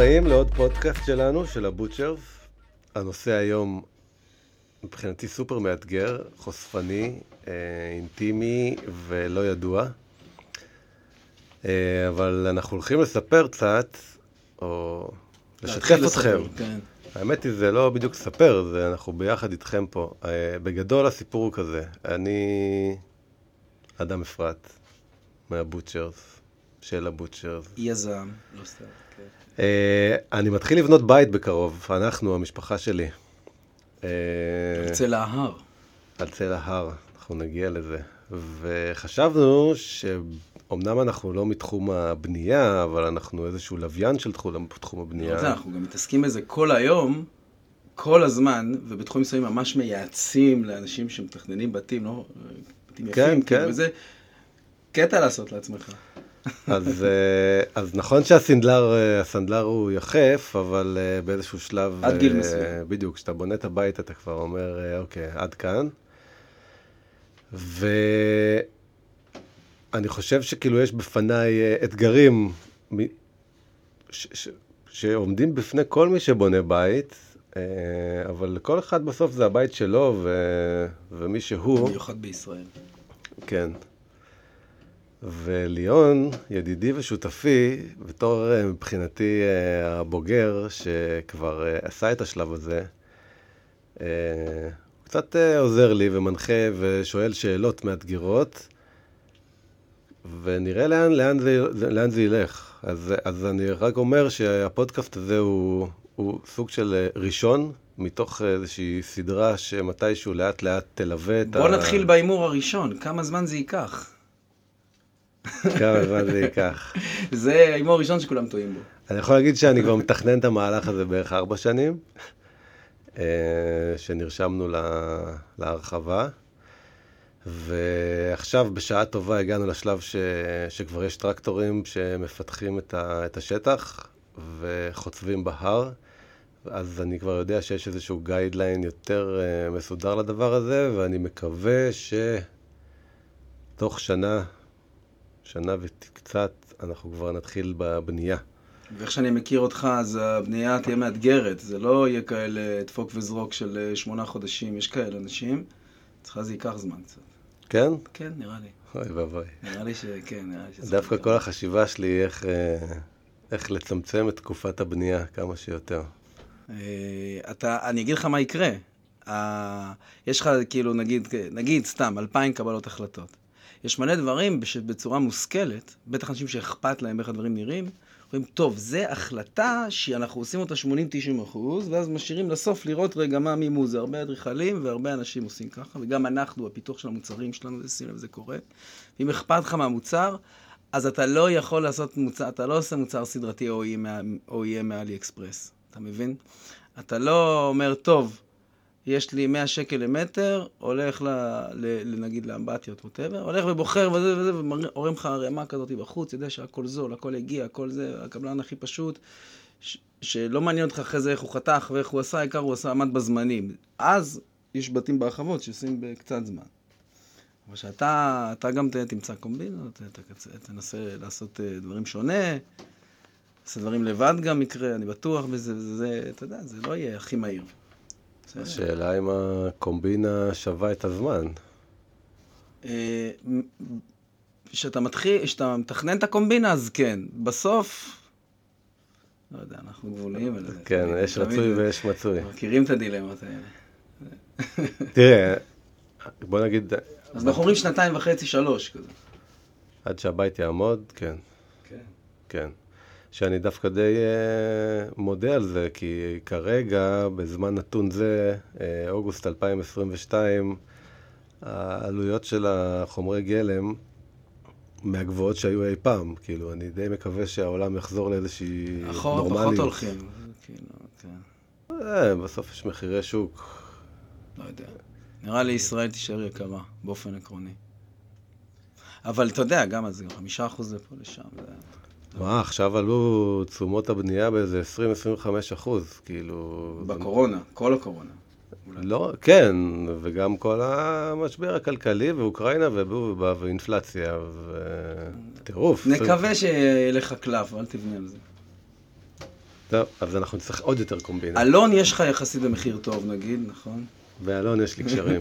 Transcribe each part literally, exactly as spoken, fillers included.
הבאים לעוד פודקאסט שלנו, של הבוטשרס. הנושא היום מבחינתי סופר מאתגר, חושפני, אינטימי ולא ידוע. אבל אנחנו הולכים לספר קצת, או לשתף אתכם. כן. האמת היא, זה לא בדיוק לספר, זה אנחנו ביחד איתכם פה. בגדול הסיפור הוא כזה, אני אדם אפרת, מהבוטשרס, של הבוטשרס. יזם, לא סתם. כן. אני מתחיל לבנות בית בקרוב, אנחנו, המשפחה שלי. על צל ההר. על צל ההר, אנחנו נגיע לזה. וחשבנו שאומנם אנחנו לא מתחום הבנייה, אבל אנחנו איזשהו לוויין של תחום, תחום הבנייה. אנחנו גם מתעסקים בזה כל היום, כל הזמן, ובתחומים מסוימים ממש מייעצים לאנשים שמתכננים בתים, לא? בתים יפים, כן, כן. וזה קטע לעשות לעצמך. אז, אז נכון שהסנדלר, הסנדלר הוא יחף, אבל באיזשהו שלב... עד גיל מסוים. בדיוק, כשאתה בונה את הבית, אתה כבר אומר, אוקיי, עד כאן. ואני חושב שכאילו יש בפניי אתגרים ש... ש... שעומדים בפני כל מי שבונה בית, אבל לכל אחד בסוף זה הבית שלו, ו... ומי שהוא... במיוחד בישראל. כן. וליאון, ידידי ושותפי, בתור מבחינתי הבוגר שכבר עשה את השלב הזה, הוא קצת עוזר לי ומנחה ושואל שאלות מאתגרות, ונראה לאן, לאן, זה, לאן זה ילך. אז, אז אני רק אומר שהפודקאסט הזה הוא, הוא סוג של ראשון, מתוך איזושהי סדרה שמתישהו לאט לאט תלווה את ה... בוא נתחיל באימור הראשון, כמה זמן זה ייקח? כמה זמן זה ייקח. זה האימור הראשון שכולם טועים בו. אני יכול להגיד שאני כבר מתכנן את המהלך הזה בערך ארבע שנים, שנרשמנו להרחבה, ועכשיו בשעה טובה הגענו לשלב ש... שכבר יש טרקטורים שמפתחים את, ה... את השטח וחוצבים בהר, אז אני כבר יודע שיש איזשהו גיידליין יותר מסודר לדבר הזה, ואני מקווה שתוך שנה, שנה וקצת, אנחנו כבר נתחיל בבנייה. ואיך שאני מכיר אותך, אז הבנייה תהיה מאתגרת. זה לא יהיה כאלה דפוק וזרוק של שמונה חודשים. יש כאלה אנשים. אצלך זה ייקח זמן קצת. כן? כן, נראה לי. אוי ואבוי. נראה לי שכן, נראה לי שזה... דווקא כל החשיבה שלי היא איך, איך לצמצם את תקופת הבנייה כמה שיותר. אתה, אני אגיד לך מה יקרה. יש לך כאילו, נגיד, נגיד סתם, אלפיים קבלות החלטות. יש מלא דברים בצורה מושכלת, בטח אנשים שאכפת להם איך הדברים נראים, אומרים, טוב, זה החלטה שאנחנו עושים אותה שמונים תשעים אחוז, ואז משאירים לסוף לראות רגע מה מימו, זה הרבה אדריכלים והרבה אנשים עושים ככה, וגם אנחנו, הפיתוח של המוצרים שלנו, זה שים לב, זה קורה. ואם אכפת לך מהמוצר, אז אתה לא יכול לעשות מוצר, אתה לא עושה מוצר סדרתי או יהיה מאלי אקספרס, אתה מבין? אתה לא אומר, טוב, יש לי מאה שקל למטר, הולך ל, ל, נגיד לאמבטיות, whatever, הולך ובוחר וזה וזה, ואומרים לך הרמה כזאת בחוץ, יודע שהכל זול, הכל הגיע, הכל זה, הקבלן הכי פשוט, ש, שלא מעניין אותך אחרי זה איך הוא חתך ואיך הוא עשה, העיקר הוא עשה, עמד בזמנים. אז יש בתים בהרחבות שעושים בקצת זמן. אבל שאתה, אתה גם תמצא קומבינות, תנסה לעשות דברים שונה, תעשה דברים לבד גם יקרה, אני בטוח בזה, זה, אתה יודע, זה לא יהיה הכי מהיר. השאלה אם הקומבינה שווה את הזמן. כשאתה מתחיל, כשאתה מתכנן את הקומבינה, אז כן. בסוף, לא יודע, אנחנו גבוליים. כן, יש רצוי ויש מצוי. מכירים את הדילמות האלה. תראה, בוא נגיד... אז אנחנו אומרים שנתיים וחצי, שלוש כזה. עד שהבית יעמוד, כן. כן. כן. שאני דווקא די uh, מודה על זה, כי כרגע, בזמן נתון זה, uh, אוגוסט אלפיים עשרים ושתיים, העלויות של החומרי גלם מהגבוהות שהיו אי פעם. כאילו, אני די מקווה שהעולם יחזור לאיזושהי נורמליות. פחות הולכים. כאילו, כן. אה, בסוף יש מחירי שוק. לא יודע. נראה לי ישראל תישאר יקרה, באופן עקרוני. אבל אתה יודע, גם אז, חמישה אחוז זה פה לשם. זה... מה, עכשיו עלו תשומות הבנייה באיזה עשרים עד עשרים וחמישה אחוז, כאילו... בקורונה, כל הקורונה. לא, כן, וגם כל המשבר הכלכלי ואוקראינה ואינפלציה וטירוף. נקווה שילך הקלף, אל תבנה על זה. טוב, אז אנחנו נצטרך עוד יותר קומבינה. אלון יש לך יחסית במחיר טוב, נגיד, נכון? באלון יש לי קשרים.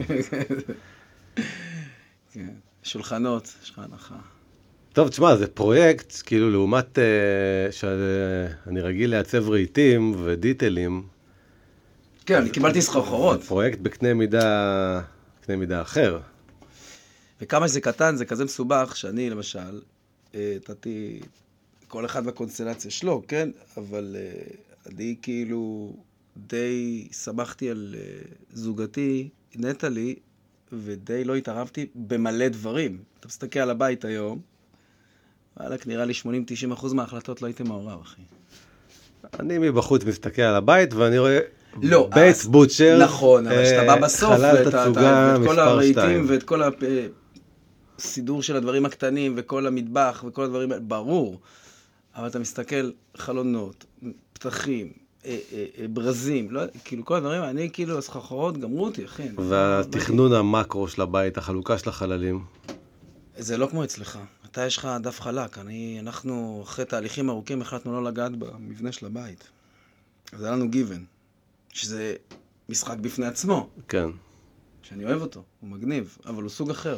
כן. שולחנות, יש לך הנחה. טוב, תשמע, זה פרויקט, כאילו, לעומת uh, שאני רגיל לעצב רהיטים ודיטלים. כן, אני קיבלתי סחרחורות. זה פרויקט בקנה מידה, בקנה מידה אחר. וכמה שזה קטן, זה כזה מסובך, שאני, למשל, נתתי כל אחד בקונסטלציה שלו, כן? אבל uh, אני כאילו די שמחתי על uh, זוגתי, נטלי, ודי לא התערבתי במלא דברים. אתה מסתכל על הבית היום, וואלק, נראה לי שמונים תשעים אחוז מההחלטות לא הייתי מעורב, אחי. אני מבחוץ מסתכל על הבית, ואני רואה לא, בית אז, בוטשר. נכון, אבל שאתה בא בסוף, חלל ואת, תצוגה ואת כל מספר הרהיטים, שתיים. ואת כל הסידור של הדברים הקטנים, וכל המטבח, וכל הדברים, ברור. אבל אתה מסתכל, חלונות, פתחים, אה, אה, אה, ברזים, לא, כאילו כל הדברים, אני כאילו, הסחרחורות גמרו אותי, אחי. והתכנון המקרו של הבית, החלוקה של החללים. זה לא כמו אצלך. אתה יש לך דף חלק. אני, אנחנו, אחרי תהליכים ארוכים, החלטנו לא לגעת במבנה של הבית. אז היה לנו גיוון, שזה משחק בפני עצמו. כן. שאני אוהב אותו, הוא מגניב, אבל הוא סוג אחר.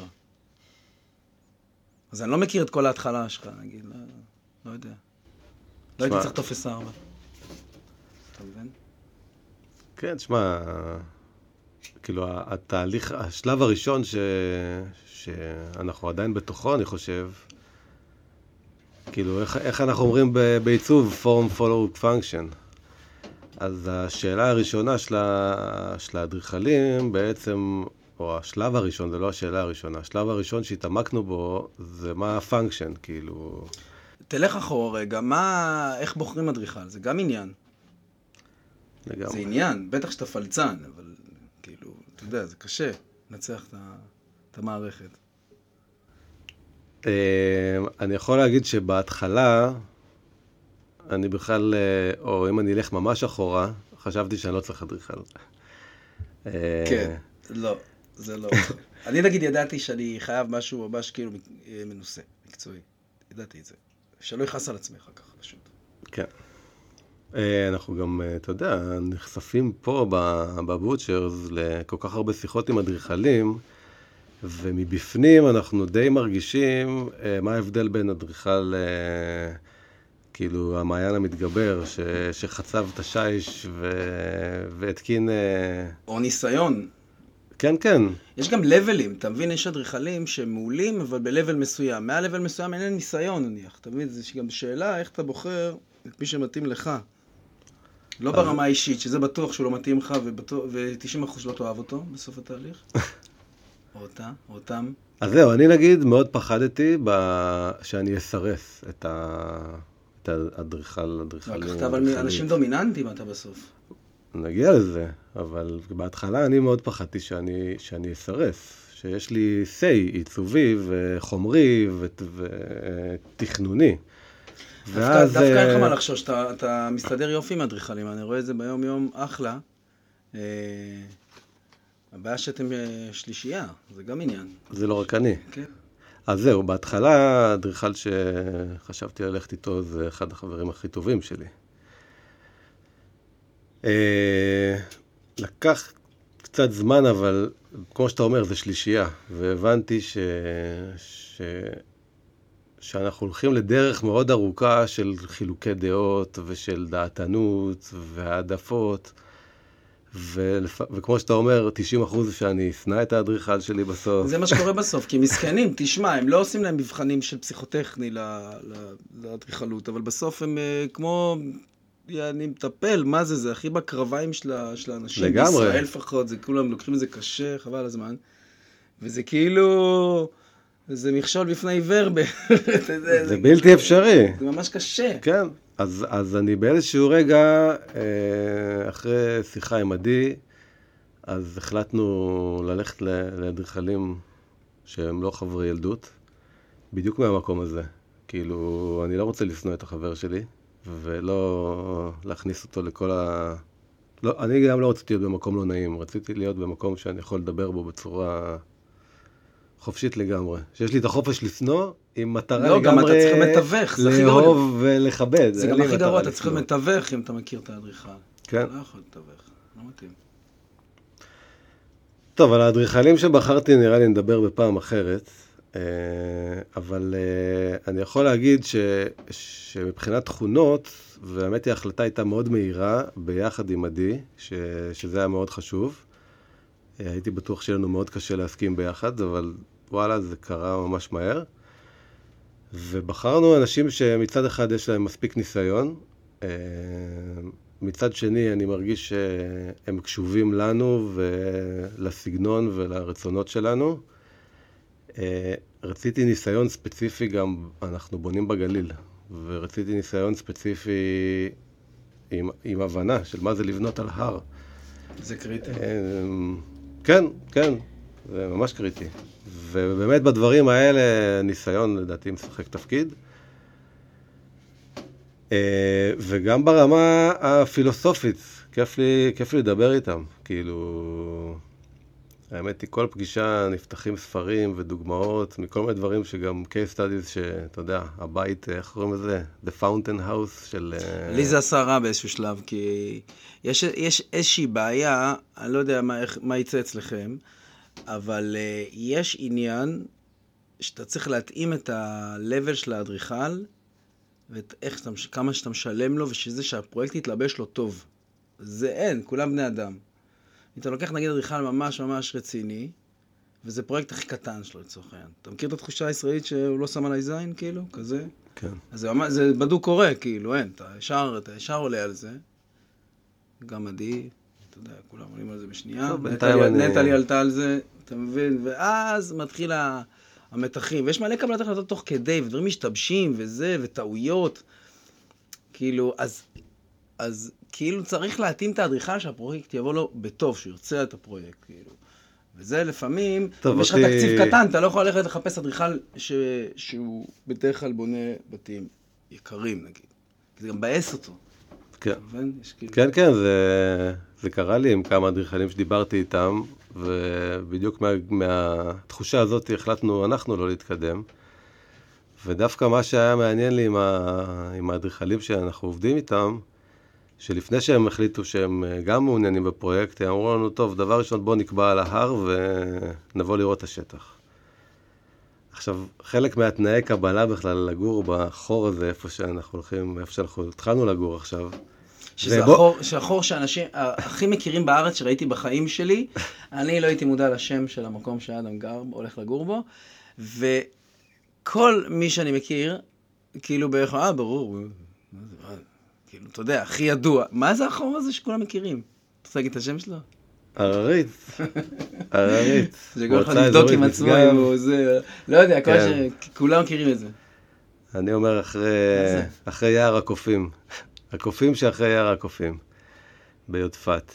אז אני לא מכיר את כל ההתחלה שלך, נגיד, לא, לא יודע. לא הייתי צריך תופס ארבע. אתה מבין? כן, תשמע, כאילו, התהליך, השלב הראשון ש... שאנחנו עדיין בתוכו, אני חושב, כאילו, איך, איך אנחנו אומרים ב... בעיצוב form follow function. אז השאלה הראשונה של, ה... של האדריכלים בעצם, או השלב הראשון, זה לא השאלה הראשונה, השלב הראשון שהתעמקנו בו, זה מה הפונקשן, כאילו... תלך אחורה רגע, מה, איך בוחרים אדריכל? זה גם עניין. לגמרי. זה עניין, בטח שאתה פלצן, אבל כאילו, אתה יודע, זה קשה לנצח את, ה... את המערכת. אני יכול להגיד שבהתחלה, אני בכלל, או אם אני אלך ממש אחורה, חשבתי שאני לא צריך אדריכל. כן, לא, זה לא. אני נגיד ידעתי שאני חייב משהו ממש כאילו מנוסה, מקצועי. ידעתי את זה. שלא יכעס על עצמך ככה, פשוט. כן. אנחנו גם, אתה יודע, נחשפים פה בבוטשרס לכל כך הרבה שיחות עם אדריכלים, ומבפנים אנחנו די מרגישים מה ההבדל בין אדריכל, כאילו המעיין המתגבר, ש, שחצב את השיש ו, והתקין... או ניסיון. כן, כן. יש גם לבלים, אתה מבין? יש אדריכלים שהם מעולים, אבל בלבל מסוים. מעל מסוים אין ניסיון, נניח. אתה מבין? זה גם שאלה איך אתה בוחר את מי שמתאים לך. לא אז... ברמה האישית, שזה בטוח שהוא לא מתאים לך, ו-תשעים אחוז שלא תאהב אותו בסוף התהליך. או אותה, או אותם. אז זהו, אני נגיד מאוד פחדתי ב... שאני אסרס את ה... את האדריכל, אדריכלים. לקחת אבל אנשים דומיננטיים אתה בסוף. נגיע לזה, אבל בהתחלה אני מאוד פחדתי שאני, שאני אסרס, שיש לי סי עיצובי וחומרי ותכנוני. דווקא, דווקא אין לך מה לחשוש, אתה, אתה מסתדר יופי עם אדריכלים, אני רואה את זה ביום יום אחלה. אה, הבעיה שאתם שלישייה, זה גם עניין. זה לא רק אני. כן. אז זהו, בהתחלה אדריכל שחשבתי ללכת איתו זה אחד החברים הכי טובים שלי. לקח קצת זמן, אבל כמו שאתה אומר, זה שלישייה, והבנתי ש... ש... שאנחנו הולכים לדרך מאוד ארוכה של חילוקי דעות ושל דעתנות והעדפות, ולפ... וכמו שאתה אומר, תשעים אחוז שאני אסנע את האדריכל שלי בסוף. זה מה שקורה בסוף, כי מסכנים, תשמע, הם לא עושים להם מבחנים של פסיכוטכני לאדריכלות, אבל בסוף הם כמו... אני מטפל, מה זה? זה הכי בקרביים של האנשים. לגמרי. בישראל לפחות, זה כולם לוקחים את זה קשה, חבל הזמן. וזה כאילו, זה מכשול בפני עיוור. זה, זה בלתי אפשרי. זה ממש קשה. כן, אז, אז אני באיזשהו רגע, אחרי שיחה עם עדי, אז החלטנו ללכת לאדריכלים שהם לא חברי ילדות, בדיוק מהמקום הזה. כאילו, אני לא רוצה לשנוא את החבר שלי, ולא להכניס אותו לכל ה... לא, אני גם לא רציתי להיות במקום לא נעים, רציתי להיות במקום שאני יכול לדבר בו בצורה חופשית לגמרי. שיש לי את החופש לשנוא, עם מטרה לא, גם אתה לגמרי צריך מתווך, זה הכי גרוע. לאהוב ולכבד. זה אין גם לי הכי מטרה גרוע, אתה צריך לשנוא. מתווך אם אתה מכיר את האדריכל. כן. אתה לא יכול לתווך, לא מתאים. טוב, על האדריכלים שבחרתי נראה לי נדבר בפעם אחרת, אה, אבל אה, אני יכול להגיד ש, שמבחינת תכונות, והאמת היא ההחלטה הייתה מאוד מהירה ביחד עם עדי, ש, שזה היה מאוד חשוב. אה, הייתי בטוח שיהיה לנו מאוד קשה להסכים ביחד, אבל וואלה, זה קרה ממש מהר. ובחרנו אנשים שמצד אחד יש להם מספיק ניסיון, אה, מצד שני, אני מרגיש שהם קשובים לנו ולסגנון ולרצונות שלנו. רציתי ניסיון ספציפי גם, אנחנו בונים בגליל, ורציתי ניסיון ספציפי עם, עם הבנה של מה זה לבנות על הר. זה קריטי. כן, כן, זה ממש קריטי. ובאמת בדברים האלה ניסיון לדעתי משחק תפקיד. וגם ברמה הפילוסופית, כיף לי, כיף לי לדבר איתם. כאילו, האמת היא, כל פגישה נפתחים ספרים ודוגמאות, מכל מיני דברים שגם case studies שאתה יודע, הבית, איך קוראים לזה? The Fountain House של... לי זה עשה רע באיזשהו שלב, כי יש, יש איזושהי בעיה, אני לא יודע מה, מה יצא אצלכם, אבל uh, יש עניין שאתה צריך להתאים את ה-level של האדריכל, ואיך שאתה, כמה שאתה משלם לו, ושזה שהפרויקט יתלבש לו טוב. זה אין, כולם בני אדם. אם אתה לוקח נגיד אדריכל ממש ממש רציני, וזה פרויקט הכי קטן שלו לצורך העניין. אתה מכיר את התחושה הישראלית שהוא לא שם עליי זין, כאילו, כזה? כן. אז זה, ממש, זה בדוק קורה, כאילו, אין, אתה ישר, אתה ישר עולה על זה. גם עדי, אתה יודע, כולם עולים על זה בשנייה. נטע לי עלתה על זה, אתה מבין? ואז מתחיל ה... המתחים, ויש מלא קבלת החלטות תוך כדי, ודברים משתבשים, וזה, וטעויות. כאילו, אז, אז כאילו צריך להתאים את האדריכל שהפרויקט יבוא לו בטוב, שהוא ירצה את הפרויקט, כאילו. וזה לפעמים, אם יש לך תקציב קטן, אתה לא יכול ללכת לחפש אדריכל ש... שהוא בדרך כלל בונה בתים יקרים, נגיד. זה גם בעס אותו. כן, כאילו... כן, כן, זה, זה קרה לי עם כמה אדריכלים שדיברתי איתם, ובדיוק מה, מהתחושה הזאת החלטנו אנחנו לא להתקדם. ודווקא מה שהיה מעניין לי עם, ה, עם האדריכלים שאנחנו עובדים איתם, שלפני שהם החליטו שהם גם מעוניינים בפרויקט, הם אמרו לנו, טוב, דבר ראשון בוא נקבע על ההר ונבוא לראות את השטח. עכשיו, חלק מהתנאי קבלה בכלל לגור בחור הזה, איפה שאנחנו הולכים, איפה שאנחנו התחלנו לגור עכשיו. שזה החור, שהחור שאנשים הכי מכירים בארץ שראיתי בחיים שלי, אני לא הייתי מודע לשם של המקום שאדם גר, הולך לגור בו, וכל מי שאני מכיר, כאילו בערך, אה, ברור, כאילו, אתה יודע, הכי ידוע. מה זה החור הזה שכולם מכירים? אתה רוצה להגיד את השם שלו? הררית. הררית. זה כל אחד לבדוק עם עצמו, לא יודע, כולם מכירים את זה. אני אומר אחרי יער הקופים. הקופים שאחרי יער הקופים. ביודפת.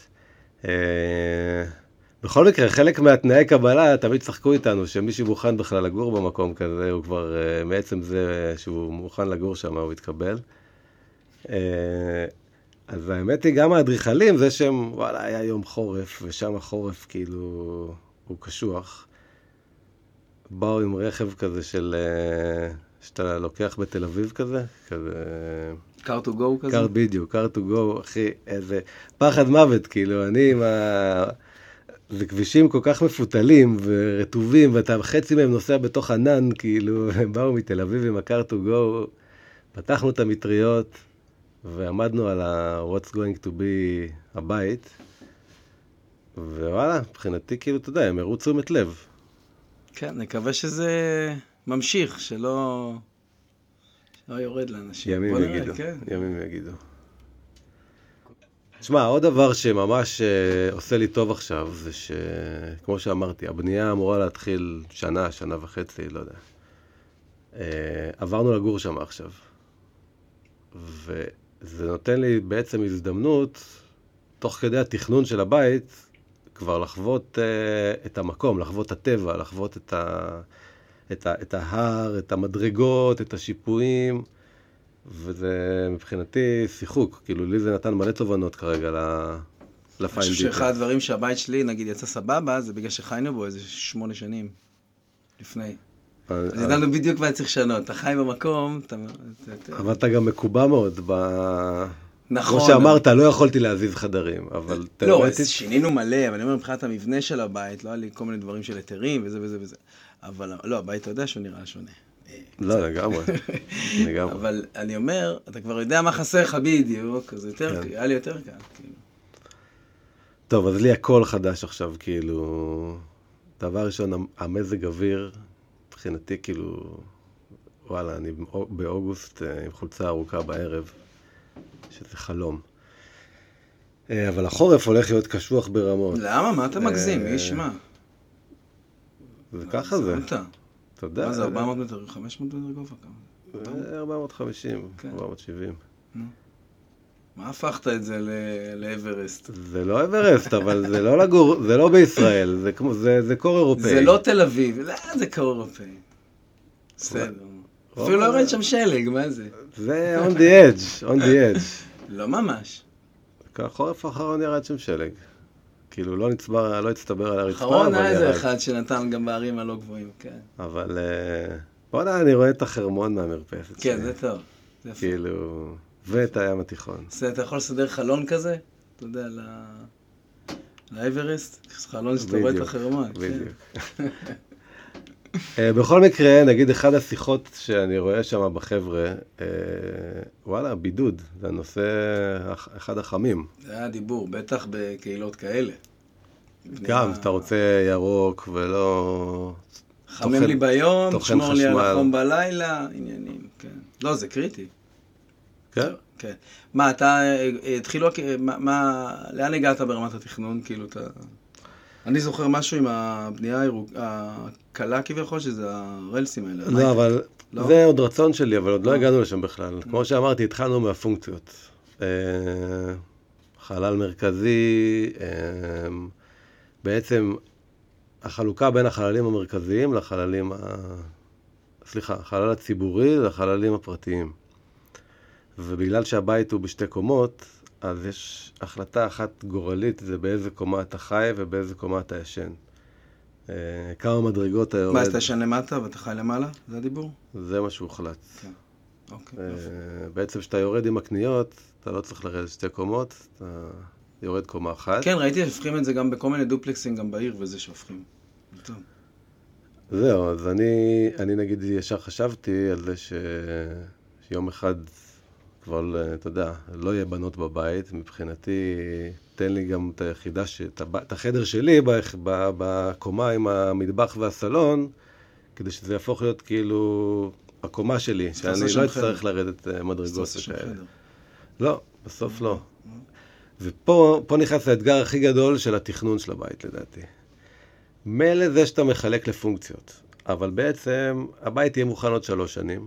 בכל מקרה, חלק מהתנאי קבלה, תמיד צחקו איתנו, שמישהו מוכן בכלל לגור במקום כזה, הוא כבר, מעצם זה שהוא מוכן לגור שם, הוא יתקבל. אז האמת היא, גם האדריכלים, זה שהם, וואלה, היה יום חורף, ושם החורף כאילו הוא קשוח. באו עם רכב כזה של, שאתה לוקח בתל אביב כזה, כזה... car to go כזה? car, בדיוק, car to go, אחי, איזה פחד מוות, כאילו, אני עם ה... זה כבישים כל כך מפותלים ורטובים, ואתה חצי מהם נוסע בתוך ענן, כאילו, הם באו מתל אביב עם ה-car to go, פתחנו את המטריות, ועמדנו על ה-what's going to be הבית, ווואלה, מבחינתי, כאילו, אתה יודע, הם הראו תשומת לב. כן, נקווה שזה ממשיך, שלא לא יורד לאנשים. ימים יגידו, כן. ימים יגידו. תשמע, עוד דבר שממש uh, עושה לי טוב עכשיו, זה שכמו שאמרתי, הבנייה אמורה להתחיל שנה, שנה וחצי, לא יודע. Uh, עברנו לגור שם עכשיו. וזה נותן לי בעצם הזדמנות, תוך כדי התכנון של הבית, כבר לחוות uh, את המקום, לחוות את הטבע, לחוות את, ה, את, ה, את ההר, את המדרגות, את השיפועים, וזה מבחינתי שיחוק, כאילו לי זה נתן מלא תובנות כרגע לפיין אני חושב שאחד הדברים שהבית שלי, נגיד, יצא סבבה, זה בגלל שחיינו בו איזה שמונה שנים. לפני. אז ידענו בדיוק מה צריך לשנות. אתה חי במקום, אתה... אבל אתה גם מקובע מאוד ב... נכון. כמו שאמרת, לא יכולתי להזיז חדרים, אבל... לא, אז שינינו מלא, אבל אני אומר, מבחינת המבנה של הבית, לא היה לי כל מיני דברים של היתרים וזה וזה וזה. אבל לא, הבית, אתה יודע שהוא נראה שונה. לא, לגמרי. לגמרי. אבל אני אומר, אתה כבר יודע מה חסר לך בדיוק, אז היה לי יותר קל, כאילו. טוב, אז לי הכל חדש עכשיו, כאילו... דבר ראשון, המזג אוויר, מבחינתי, כאילו... וואלה, אני באוגוסט עם חולצה ארוכה בערב, שזה חלום. אבל החורף הולך להיות קשוח ברמות. למה? מה אתה מגזים? מי ישמע? וככה זה. אתה יודע. מה זה, ארבע מאות מטר, חמש מאות מטר גובה? ארבע מאות וחמישים, ארבע מאות שבעים. מה הפכת את זה לאברסט? זה לא אברסט, אבל זה לא לגור, זה לא בישראל, זה קור אירופאי. זה לא תל אביב, זה קור אירופאי. בסדר. אפילו לא רואה שם שלג, מה זה? זה on the edge, on the edge. לא ממש. החורף האחרון ירד שם שלג. כאילו לא נצבר, לא הצטבר על הרצפה, אבל ירד. אחרון היה איזה אחד שנתן גם בערים הלא גבוהים, כן. אבל בוא נראה, אני רואה את החרמון מהמרפסת. כן, זה טוב. כאילו, ואת הים התיכון. אתה יכול לסדר חלון כזה? אתה יודע, לאברסט? חלון שאתה רואה את החרמון. בדיוק. בכל מקרה, נגיד, אחד השיחות שאני רואה שם בחבר'ה, וואלה, בידוד, זה הנושא אחד החמים. זה היה דיבור, בטח בקהילות כאלה. גם, אתה רוצה ירוק ולא... חמם לי ביום, תשמור לי על החום בלילה, עניינים, כן. לא, זה קריטי. כן? כן. מה, אתה התחילו, מה, לאן הגעת ברמת התכנון? כאילו, אתה... אני זוכר משהו עם הבנייה הקלה כביכול, שזה הרלסים האלה. לא, אבל זה עוד רצון שלי, אבל עוד לא הגענו לשם בכלל. כמו שאמרתי, התחלנו מהפונקציות. חלל מרכזי, בעצם החלוקה בין החללים המרכזיים לחללים, סליחה, החלל הציבורי לחללים הפרטיים. ובגלל שהבית הוא בשתי קומות, אז יש החלטה אחת גורלית, זה באיזה קומה אתה חי ובאיזה קומה אתה ישן. כמה מדרגות אתה יורד. מה, אתה ישן למטה ואתה חי למעלה? זה הדיבור? זה מה שהוחלט. כן. אוקיי. בעצם כשאתה יורד עם הקניות, אתה לא צריך לרדת שתי קומות, אתה יורד קומה אחת. כן, ראיתי שהופכים את זה גם בכל מיני דופלקסים, גם בעיר וזה שהופכים. טוב. זהו, אז אני, אני נגיד ישר חשבתי על זה ש... שיום אחד... כבר, אתה יודע, לא יהיה בנות בבית, מבחינתי, תן לי גם את היחידה, את החדר שלי בקומה עם המטבח והסלון, כדי שזה יהפוך להיות כאילו הקומה שלי, שאני לא אצטרך לרדת מדרגות כאלה. לא, בסוף לא. ופה נכנס האתגר הכי גדול של התכנון של הבית, לדעתי. מילא זה שאתה מחלק לפונקציות, אבל בעצם הבית יהיה מוכן עוד שלוש שנים,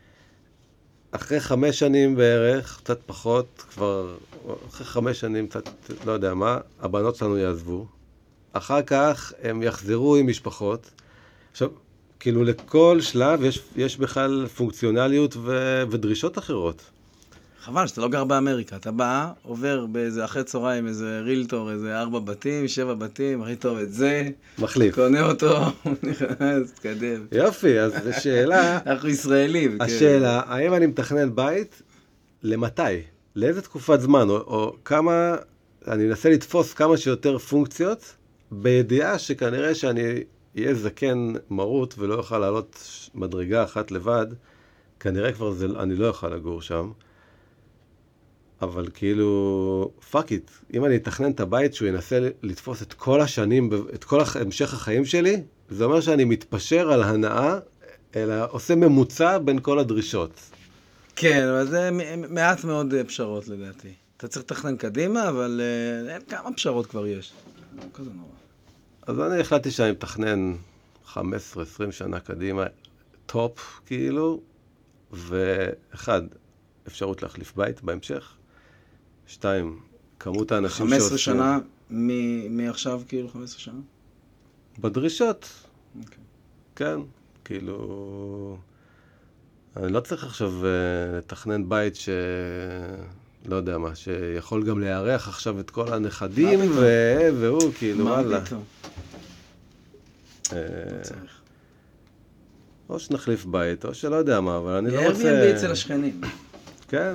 אחרי חמש שנים בערך, קצת פחות, כבר אחרי חמש שנים, קצת לא יודע מה, הבנות שלנו יעזבו. אחר כך הם יחזרו עם משפחות. עכשיו, כאילו לכל שלב יש, יש בכלל פונקציונליות ו, ודרישות אחרות. חבל שאתה לא גר באמריקה. אתה בא, עובר באיזה אחרי צהריים, איזה רילטור, איזה ארבע בתים, שבע בתים, הכי טוב את זה. מחליף. קונה אותו, נכנס, תקדם. יופי, אז זו שאלה. אנחנו ישראלים. השאלה, כן. האם אני מתכנן בית? למתי? לאיזה תקופת זמן? או, או כמה, אני אנסה לתפוס כמה שיותר פונקציות, בידיעה שכנראה שאני אהיה זקן מרות ולא אוכל לעלות מדרגה אחת לבד, כנראה כבר זה, אני לא אוכל לגור שם. אבל כאילו, פאק איט, אם אני אתכנן את הבית שהוא ינסה לתפוס את כל השנים, את כל המשך החיים שלי, זה אומר שאני מתפשר על הנאה, אלא עושה ממוצע בין כל הדרישות. כן, אבל זה מעט מאוד פשרות לדעתי. אתה צריך לתכנן קדימה, אבל כמה פשרות כבר יש. כזה נורא. אז אני החלטתי שאני מתכנן חמש עשרה עשרים שנה קדימה, טופ כאילו, ואחד, אפשרות להחליף בית בהמשך. שתיים, כמות האנשים שעושים... חמש עשרה שנה, מעכשיו כאילו חמש עשרה שנה? בדרישות. אוקיי. כן, כאילו... אני לא צריך עכשיו לתכנן בית ש... לא יודע מה, שיכול גם להיערך עכשיו את כל הנכדים, והוא כאילו, וואלה. מה פתאום? לא צריך. או שנחליף בית, או שלא יודע מה, אבל אני לא רוצה... Airbnb אצל השכנים. כן.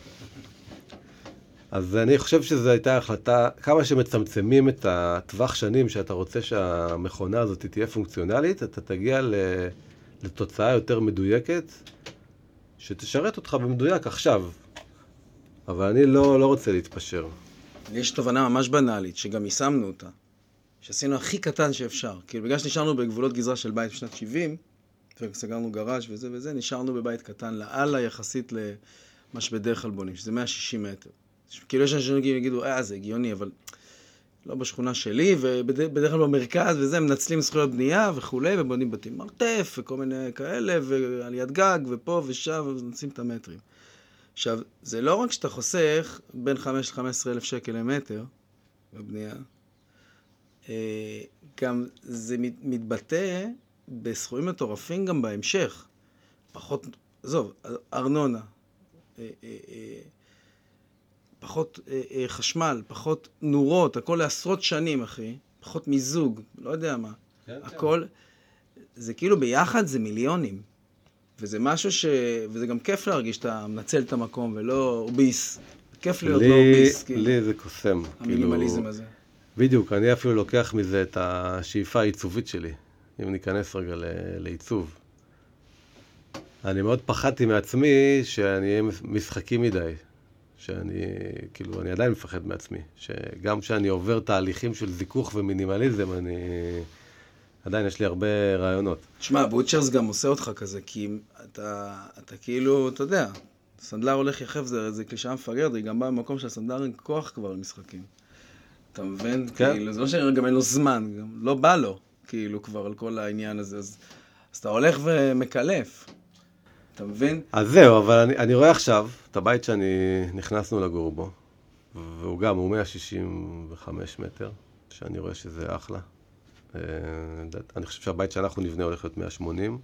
אז אני חושב שזו הייתה החלטה, כמה שמצמצמים את הטווח שנים שאתה רוצה שהמכונה הזאת תהיה פונקציונלית, אתה תגיע לתוצאה יותר מדויקת, שתשרת אותך במדויק עכשיו. אבל אני לא, לא רוצה להתפשר. יש תובנה ממש בנאלית, שגם יישמנו אותה, שעשינו הכי קטן שאפשר. כאילו, בגלל שנשארנו בגבולות גזרה של בית בשנת שבעים, וסגרנו גראז' וזה וזה, נשארנו בבית קטן לאללה יחסית למה שבדרך כלל בונים, שזה מאה ושישים מטר. כאילו יש אנשים שיגידו, אה, זה הגיוני, אבל לא בשכונה שלי, ובדרך כלל במרכז, וזה, מנצלים זכויות בנייה וכולי, ובונים בתים מרתף, וכל מיני כאלה, ועל יד גג, ופה ושם, ומנצלים את המטרים. עכשיו, זה לא רק שאתה חוסך בין חמש עד חמש עשרה אלף שקל למטר, בבנייה, גם זה מתבטא בסכומים מטורפים גם בהמשך. פחות, עזוב, ארנונה, פחות חשמל, פחות נורות, הכל לעשרות שנים, אחי. פחות מיזוג, לא יודע מה. כן, הכל, כן. זה כאילו ביחד זה מיליונים. וזה משהו ש... וזה גם כיף להרגיש שאתה מנצל את המקום ולא אוביס. כיף להיות לי, לא אוביס. לי כאילו, זה קוסם. המינימליזם כאילו, הזה. בדיוק, אני אפילו לוקח מזה את השאיפה העיצובית שלי. אם ניכנס רגע לעיצוב. אני מאוד פחדתי מעצמי שאני אהיה משחקי מדי. שאני, כאילו, אני עדיין מפחד מעצמי. שגם כשאני עובר תהליכים של זיכוך ומינימליזם, אני... עדיין יש לי הרבה רעיונות. תשמע, בוטשרס גם עושה אותך כזה, כי אתה, אתה כאילו, אתה יודע, סנדלר הולך יחף, זה, זה קלישה מפגרת, היא גם באה במקום שהסנדלר אין כוח כבר למשחקים. אתה מבין? כן. כאילו, זה לא שגם אין לו זמן, גם לא בא לו, כאילו, כבר על כל העניין הזה. אז, אז אתה הולך ומקלף. אתה מבין? אז זהו, אבל אני, אני רואה עכשיו את הבית שאני נכנסנו לגור בו, והוא גם, הוא מאה שישים וחמש מטר, שאני רואה שזה אחלה. אני חושב שהבית שאנחנו נבנה הולך להיות מאה ושמונים.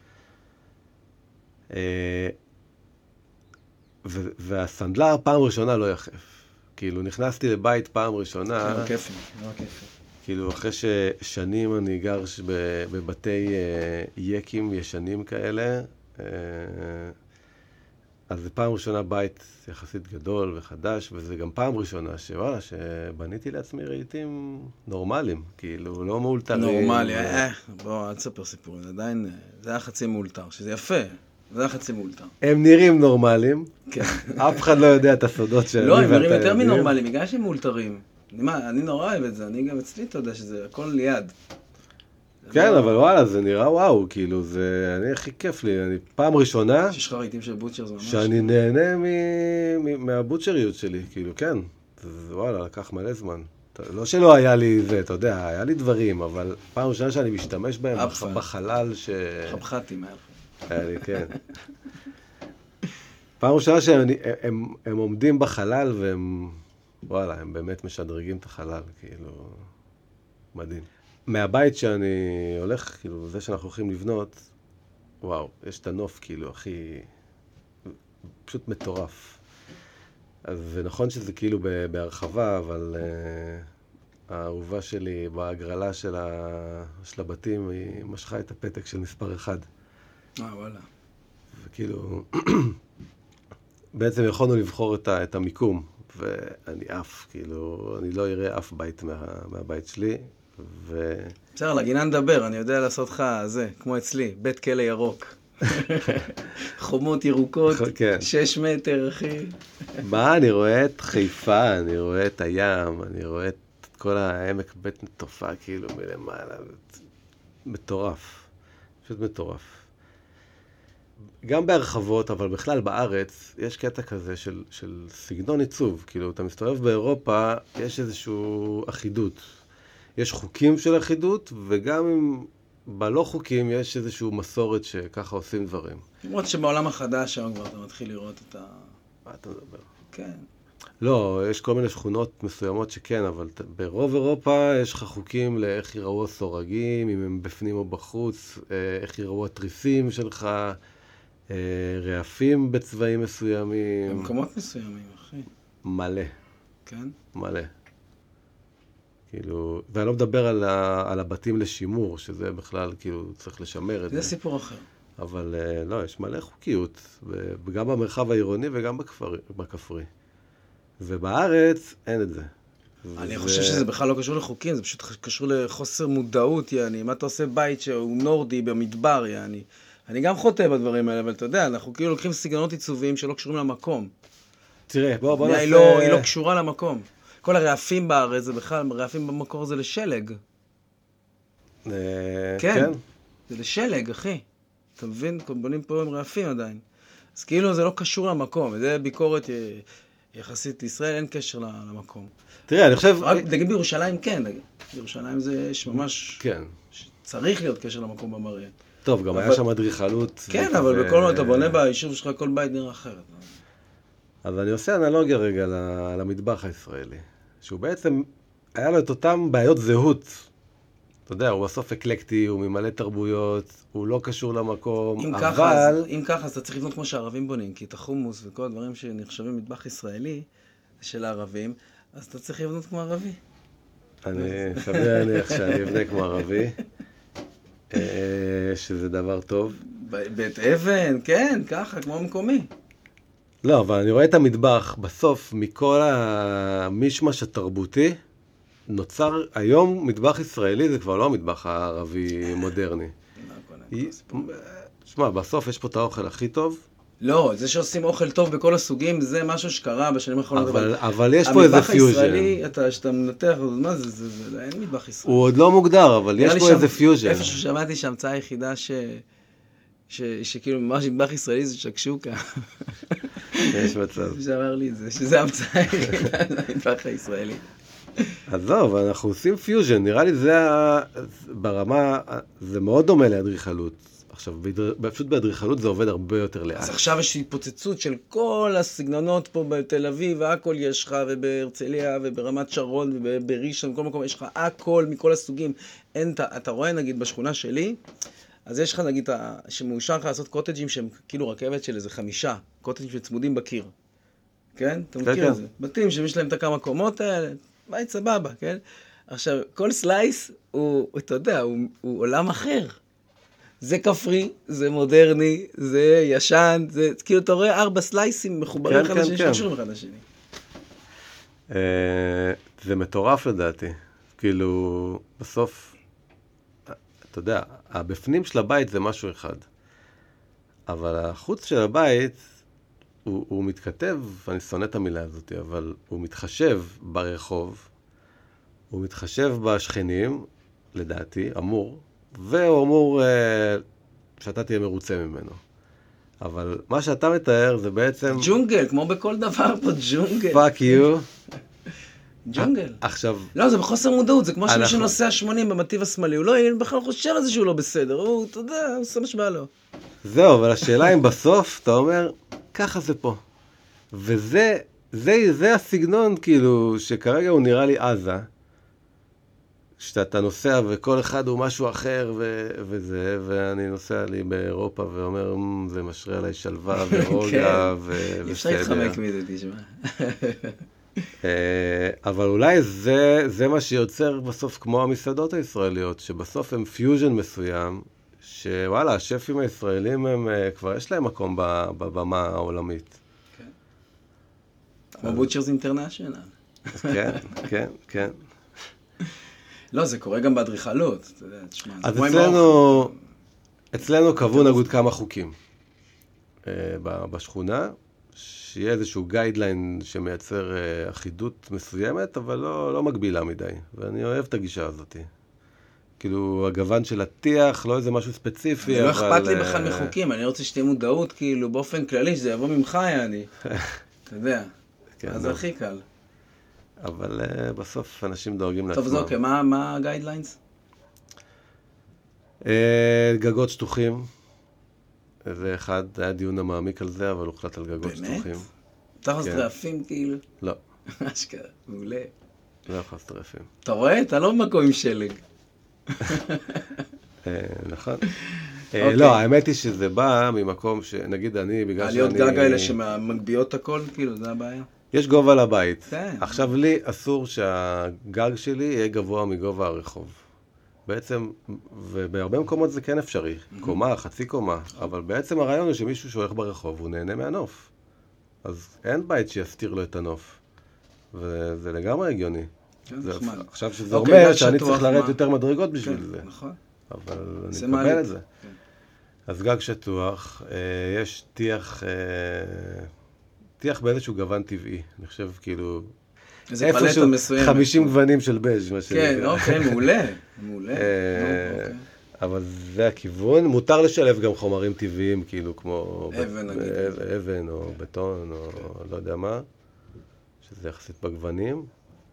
והסנדלר פעם ראשונה לא יחף. כאילו, נכנסתי לבית פעם ראשונה. לא כיפי, לא כיפי. כאילו, אחרי ששנים אני גר בבתי יקים ישנים כאלה, אז זה פעם ראשונה בית יחסית גדול וחדש, וזה גם פעם ראשונה שוואלה, שבניתי לעצמי רהיטים נורמליים, כאילו, לא מאולתרים. נורמלי, אה, בוא, אל תספר סיפורים, עדיין, זה היה חצי מאולתר, שזה יפה, זה היה חצי מאולתר. הם נראים נורמליים, כן. אף אחד לא יודע את הסודות שאני לא, הם נראים יותר מנורמליים, בגלל שהם מאולתרים. אני נורא אוהב את זה, אני גם אצלי, אתה יודע, שזה הכל ליד. כן, אבל וואלה, זה נראה וואו, כאילו, זה, אני הכי כיף לי, אני פעם ראשונה, שיש לך רהיטים של בוטשר, זה ממש... שאני נהנה מהבוטשריות שלי, כאילו, כן, זה וואלה, לקח מלא זמן. לא שלא היה לי זה, אתה יודע, היה לי דברים, אבל פעם ראשונה שאני משתמש בהם בחלל ש... חבחתים, היה לך. היה לי, כן. פעם ראשונה שהם עומדים בחלל והם, וואלה, הם באמת משדרגים את החלל, כאילו, מדהים. מהבית שאני הולך, כאילו, זה שאנחנו הולכים לבנות, וואו, יש את הנוף, כאילו, הכי... פשוט מטורף. אז זה נכון שזה כאילו בהרחבה, אבל uh, האהובה שלי בהגרלה של, ה... של הבתים, היא משכה את הפתק של מספר אחד. אה, וואלה. וכאילו, בעצם יכולנו לבחור את, ה... את המיקום, ואני אף, כאילו, אני לא אראה אף בית מה... מהבית שלי. ו... בסדר, לגינה נדבר, אני יודע לעשות לך זה, כמו אצלי, בית כלא ירוק. חומות ירוקות, כן. שש מטר, אחי. מה, אני רואה את חיפה, אני רואה את הים, אני רואה את כל העמק בית נטופה, כאילו, מלמעלה. מטורף. פשוט מטורף. גם בהרחבות, אבל בכלל בארץ, יש קטע כזה של, של סגנון עיצוב. כאילו, אתה מסתובב באירופה, יש איזושהי אחידות. יש חוקים של אחידות, וגם אם בלא חוקים יש איזושהי מסורת שככה עושים דברים. למרות שבעולם החדש היום כבר אתה מתחיל לראות את ה... מה אתה מדבר? כן. לא, יש כל מיני שכונות מסוימות שכן, אבל ברוב אירופה יש לך חוקים לאיך יראו הסורגים, אם הם בפנים או בחוץ, איך יראו התריסים שלך, רעפים בצבעים מסוימים. במקומות מסוימים, אחי. מלא. כן? מלא. כאילו, ואני לא מדבר על, ה, על הבתים לשימור, שזה בכלל, כאילו, צריך לשמר את זה. זה סיפור אחר. אבל לא, יש מלא חוקיות, גם במרחב העירוני וגם בכפרי. ובארץ אין את זה. אני חושב שזה בכלל לא קשור לחוקים, זה פשוט קשור לחוסר מודעות, יעני. אם אתה עושה בית שהוא נורדי במדבר, יעני. אני גם חוטא בדברים האלה, אבל אתה יודע, אנחנו כאילו לוקחים סגנונות עיצוביים שלא קשורים למקום. תראה, בוא, בוא נעשה... היא לא, היא לא קשורה למקום. כל הרעפים בארץ, זה בכלל, רעפים במקור זה לשלג. כן, זה לשלג, אחי. אתה מבין? בונים פה עם רעפים עדיין. אז כאילו זה לא קשור למקום. זה ביקורת יחסית לישראל, אין קשר למקום. תראה, אני חושב... נגיד בירושלים כן, נגיד. בירושלים זה יש ממש... כן. צריך להיות קשר למקום במראה. טוב, גם היה שם אדריכלות. כן, אבל בכל מה אתה בונה ביישוב שלך, כל בית נראה אחרת. אז אני עושה אנלוגיה רגע למטבח הישראלי, שהוא בעצם, היה לו את אותם בעיות זהות. אתה יודע, הוא בסוף אקלקטי, הוא ממלא תרבויות, הוא לא קשור למקום, אבל... אם ככה, אז אתה צריך לבנות כמו שהערבים בונים, כי את החומוס וכל הדברים שנחשבים מטבח ישראלי, של הערבים, אז אתה צריך לבנות כמו ערבי. אני חבר להניח שאני אבנה כמו ערבי, שזה דבר טוב. בית אבן, כן, ככה, כמו מקומי. לא, אבל אני רואה את המטבח, בסוף, מכל המשמש התרבותי, נוצר, היום מטבח ישראלי זה כבר לא המטבח הערבי מודרני. שמע, בסוף יש פה את האוכל הכי טוב. לא, זה שעושים אוכל טוב בכל הסוגים, זה משהו שקרה בשנים האחרונות. אבל, אבל יש פה איזה פיוז'ן. המטבח הישראלי, אתה, שאתה מנתח, מה זה, זה, זה, זה, אין מטבח ישראלי. הוא עוד לא מוגדר, אבל יש פה איזה פיוז'ן. איפה ששמעתי שההמצאה היחידה ש... ש... שכאילו ממש מטבח ישראלי זה שקשוקה. יש מצב. שאמר לי את זה, שזה ההמצאה היחידה למטבח הישראלי. אז לא, אבל אנחנו עושים פיוז'ן, נראה לי זה ברמה, זה מאוד דומה לאדריכלות. עכשיו, פשוט באדריכלות זה עובד הרבה יותר לאט. אז עכשיו יש התפוצצות של כל הסגנונות פה בתל אביב, והכל יש לך, ובהרצליה, וברמת שרון, ובראשון, בכל מקום יש לך הכל מכל הסוגים. אין, אתה רואה נגיד בשכונה שלי, אז יש לך נגיד שמאושר לך לעשות קוטג'ים שהם כאילו רכבת של איזה חמישה, קוטג'ים שצמודים בקיר. כן? אתה מכיר את זה? בתים שיש להם את הכמה קומות האלה, בית סבבה, כן? עכשיו, כל סלייס הוא, אתה יודע, הוא, הוא עולם אחר. זה כפרי, זה מודרני, זה ישן, זה כאילו אתה רואה ארבע סלייסים מחוברים אחד לשני, שקשורים אחד לשני. זה מטורף לדעתי. כאילו, בסוף, אתה יודע, הבפנים של הבית זה משהו אחד. אבל החוץ של הבית, הוא, הוא מתכתב, אני שונא את המילה הזאת, אבל הוא מתחשב ברחוב, הוא מתחשב בשכנים, לדעתי, אמור, והוא אמור אה, שאתה תהיה מרוצה ממנו. אבל מה שאתה מתאר זה בעצם... ג'ונגל, כמו בכל דבר פה, ג'ונגל. פאק יו. ג'ונגל. עכשיו... לא, זה בחוסר מודעות, זה כמו שמי שנוסע שמונים במטיב השמאלי, הוא לא בכלל חושב על זה שהוא לא בסדר, הוא, אתה יודע, הוא עושה משבע לו. זהו, אבל השאלה אם בסוף, אתה אומר, ככה זה פה. וזה, זה, זה הסגנון, כאילו, שכרגע הוא נראה לי עזה, שאתה נוסע וכל אחד הוא משהו אחר ו- וזה, ואני נוסע לי באירופה ואומר, זה משרה עליי שלווה ורוגע וסדר. אפשר להתחמק מזה, תשמע. אבל אולי זה, זה מה שיוצר בסוף כמו המסעדות הישראליות, שבסוף הם פיוז'ן מסוים, שוואלה, השפים הישראלים הם כבר יש להם מקום בבמה העולמית. כן. כמו בוטשרס אינטרנשיונל. כן, כן, כן. לא, זה קורה גם באדריכלות, אתה יודע, תשמע. אז אצלנו, אצלנו קבעו נגוד כמה חוקים בשכונה, שיהיה איזשהו גיידליין שמייצר אחידות מסוימת, אבל לא, לא מגבילה מדי. ואני אוהב את הגישה הזאת. כאילו, הגוון של הטיח, לא איזה משהו ספציפי, אבל... לא אכפת לי בכלל מחוקים, אני רוצה שתהיה מודעות, כאילו, באופן כללי, שזה יבוא ממך, יעני. אתה יודע, אז זה הכי קל. אבל uh, בסוף אנשים דואגים לעצמם. טוב, אז אוקיי, מה, מה הגיידליינס? Uh, גגות שטוחים. זה אחד, היה דיון המעמיק על זה, אבל הוחלט על גגות באמת? שטוחים. באמת? תחס כן. טרפים כאילו? לא. אשכרה, מעולה. לא תחס טרפים. אתה רואה? אתה לא במקום עם שלג. uh, נכון. Okay. לא, האמת היא שזה בא ממקום שנגיד אני, בגלל שאני... העליות גג האלה שמגביעות הכל, כאילו, זה הבעיה? יש גובה לבית. כן. עכשיו לי אסור שהגג שלי יהיה גבוה מגובה הרחוב. בעצם, ובהרבה מקומות זה כן אפשרי, קומה, חצי קומה, אבל בעצם הרעיון הוא שמישהו שהולך ברחוב, הוא נהנה מהנוף. אז אין בית שיסתיר לו את הנוף. וזה לגמרי הגיוני. עכשיו שזה אומר שאני צריך לרדת יותר מדרגות בשביל זה. נכון. אבל אני מקבל את זה. אז גג שטוח, יש טיח, טיח באיזשהו גוון טבעי. אני חושב כאילו... איזה פלטה מסוימת. חמישים גוונים של בז' מה שנקרא. כן, אוקיי, מעולה. מעולה. אבל זה הכיוון. מותר לשלב גם חומרים טבעיים, כאילו כמו... אבן, נגיד. אבן או בטון או לא יודע מה. שזה יחסית בגוונים.